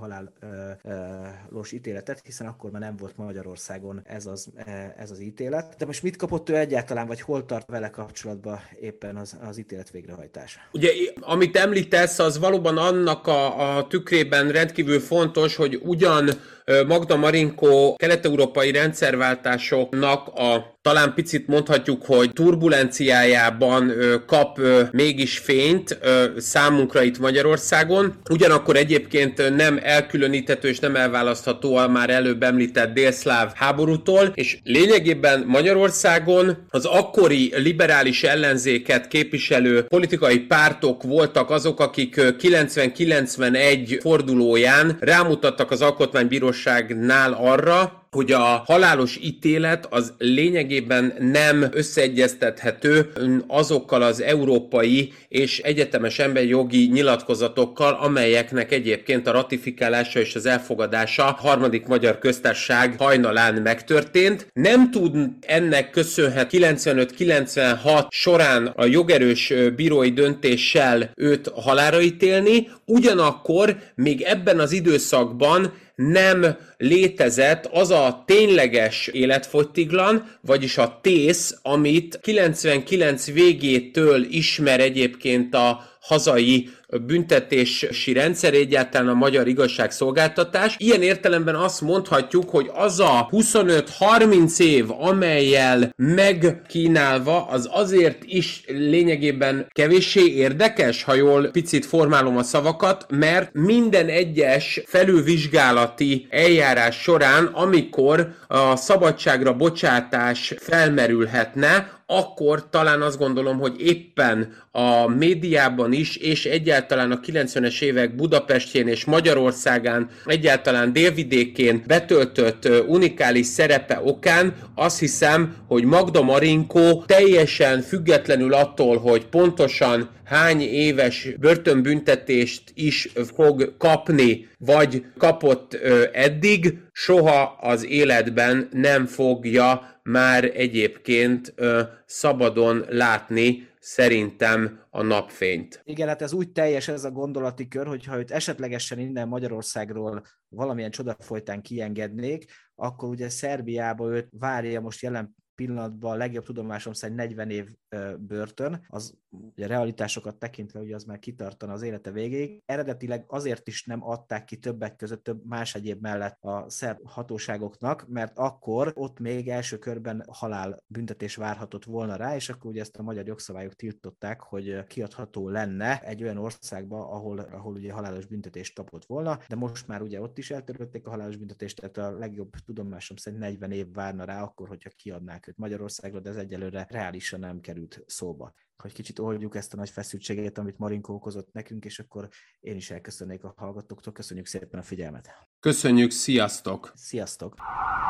halálos ítéletet, hiszen akkor már nem volt Magyarországon ez az, ez az ítélet. De most mit kapott ő egyáltalán, vagy hol tart vele kapcsolatban éppen az, az ítélet végrehajtása? Ugye, amit említesz, az valóban annak a, a tükrében rendkívül fontos, hogy ugyan Magda Marinko kelet-európai rendszerváltásoknak a talán picit mondhatjuk, hogy turbulenciájában kap mégis fényt számunkra itt Magyarországon. Ugyanakkor egyébként nem elkülöníthető és nem elválasztható a már előbb említett délszláv háborútól, és lényegében Magyarországon az akkori liberális ellenzéket képviselő politikai pártok voltak azok, akik kilencven-kilencvenegy fordulóján rámutattak az Alkotmánybíróságnál arra, hogy a halálos ítélet az lényegében nem összeegyeztethető azokkal az európai és egyetemes emberi jogi nyilatkozatokkal, amelyeknek egyébként a ratifikálása és az elfogadása a harmadik Magyar Köztársaság hajnalán megtörtént. Nem tud ennek köszönhet kilencvenöt-kilencvenhat során a jogerős bírói döntéssel őt halálra ítélni, ugyanakkor még ebben az időszakban nem létezett az a tényleges életfogytiglan, vagyis a tész, amit kilencvenkilenc végétől ismer egyébként a hazai büntetési rendszer, egyáltalán a magyar igazságszolgáltatás. Ilyen értelemben azt mondhatjuk, hogy az a huszonöt-harminc év, amellyel megkínálva, az azért is lényegében kevéssé érdekes, ha jól picit formálom a szavakat, mert minden egyes felülvizsgálati eljárás során, amikor a szabadságra bocsátás felmerülhetne, akkor talán azt gondolom, hogy éppen a médiában is, és egyáltalán a kilencvenes évek Budapestjén és Magyarországán, egyáltalán délvidékén betöltött unikális szerepe okán azt hiszem, hogy Magda Marinko teljesen függetlenül attól, hogy pontosan hány éves börtönbüntetést is fog kapni, vagy kapott eddig, soha az életben nem fogja már egyébként ö, szabadon látni szerintem a napfényt. Igen, hát ez úgy teljes ez a gondolati kör, hogyha őt esetlegesen innen Magyarországról valamilyen csoda folytán kiengednék, akkor ugye Szerbiába őt várja most jelen pillanatban a legjobb tudomásom szerint negyven év börtön, az ugye realitásokat tekintve, ugye az már kitartana az élete végéig. Eredetileg azért is nem adták ki többek között több más egyéb mellett a szerb hatóságoknak, mert akkor ott még első körben halálbüntetés várhatott volna rá, és akkor ugye ezt a magyar jogszabályok tiltották, hogy kiadható lenne egy olyan országba, ahol, ahol ugye halálos büntetést kapott volna, de most már ugye ott is eltörölték a halálos büntetést, tehát a legjobb tudomásom szerint negyven év várna rá akkor, hogyha kiadnák menekült Magyarországra, de ez egyelőre reálisan nem került szóba. Hogy kicsit oldjuk ezt a nagy feszültséget, amit Marinkó okozott nekünk, és akkor én is elköszönnék a hallgatóktól. Köszönjük szépen a figyelmet! Köszönjük, sziasztok! Sziasztok!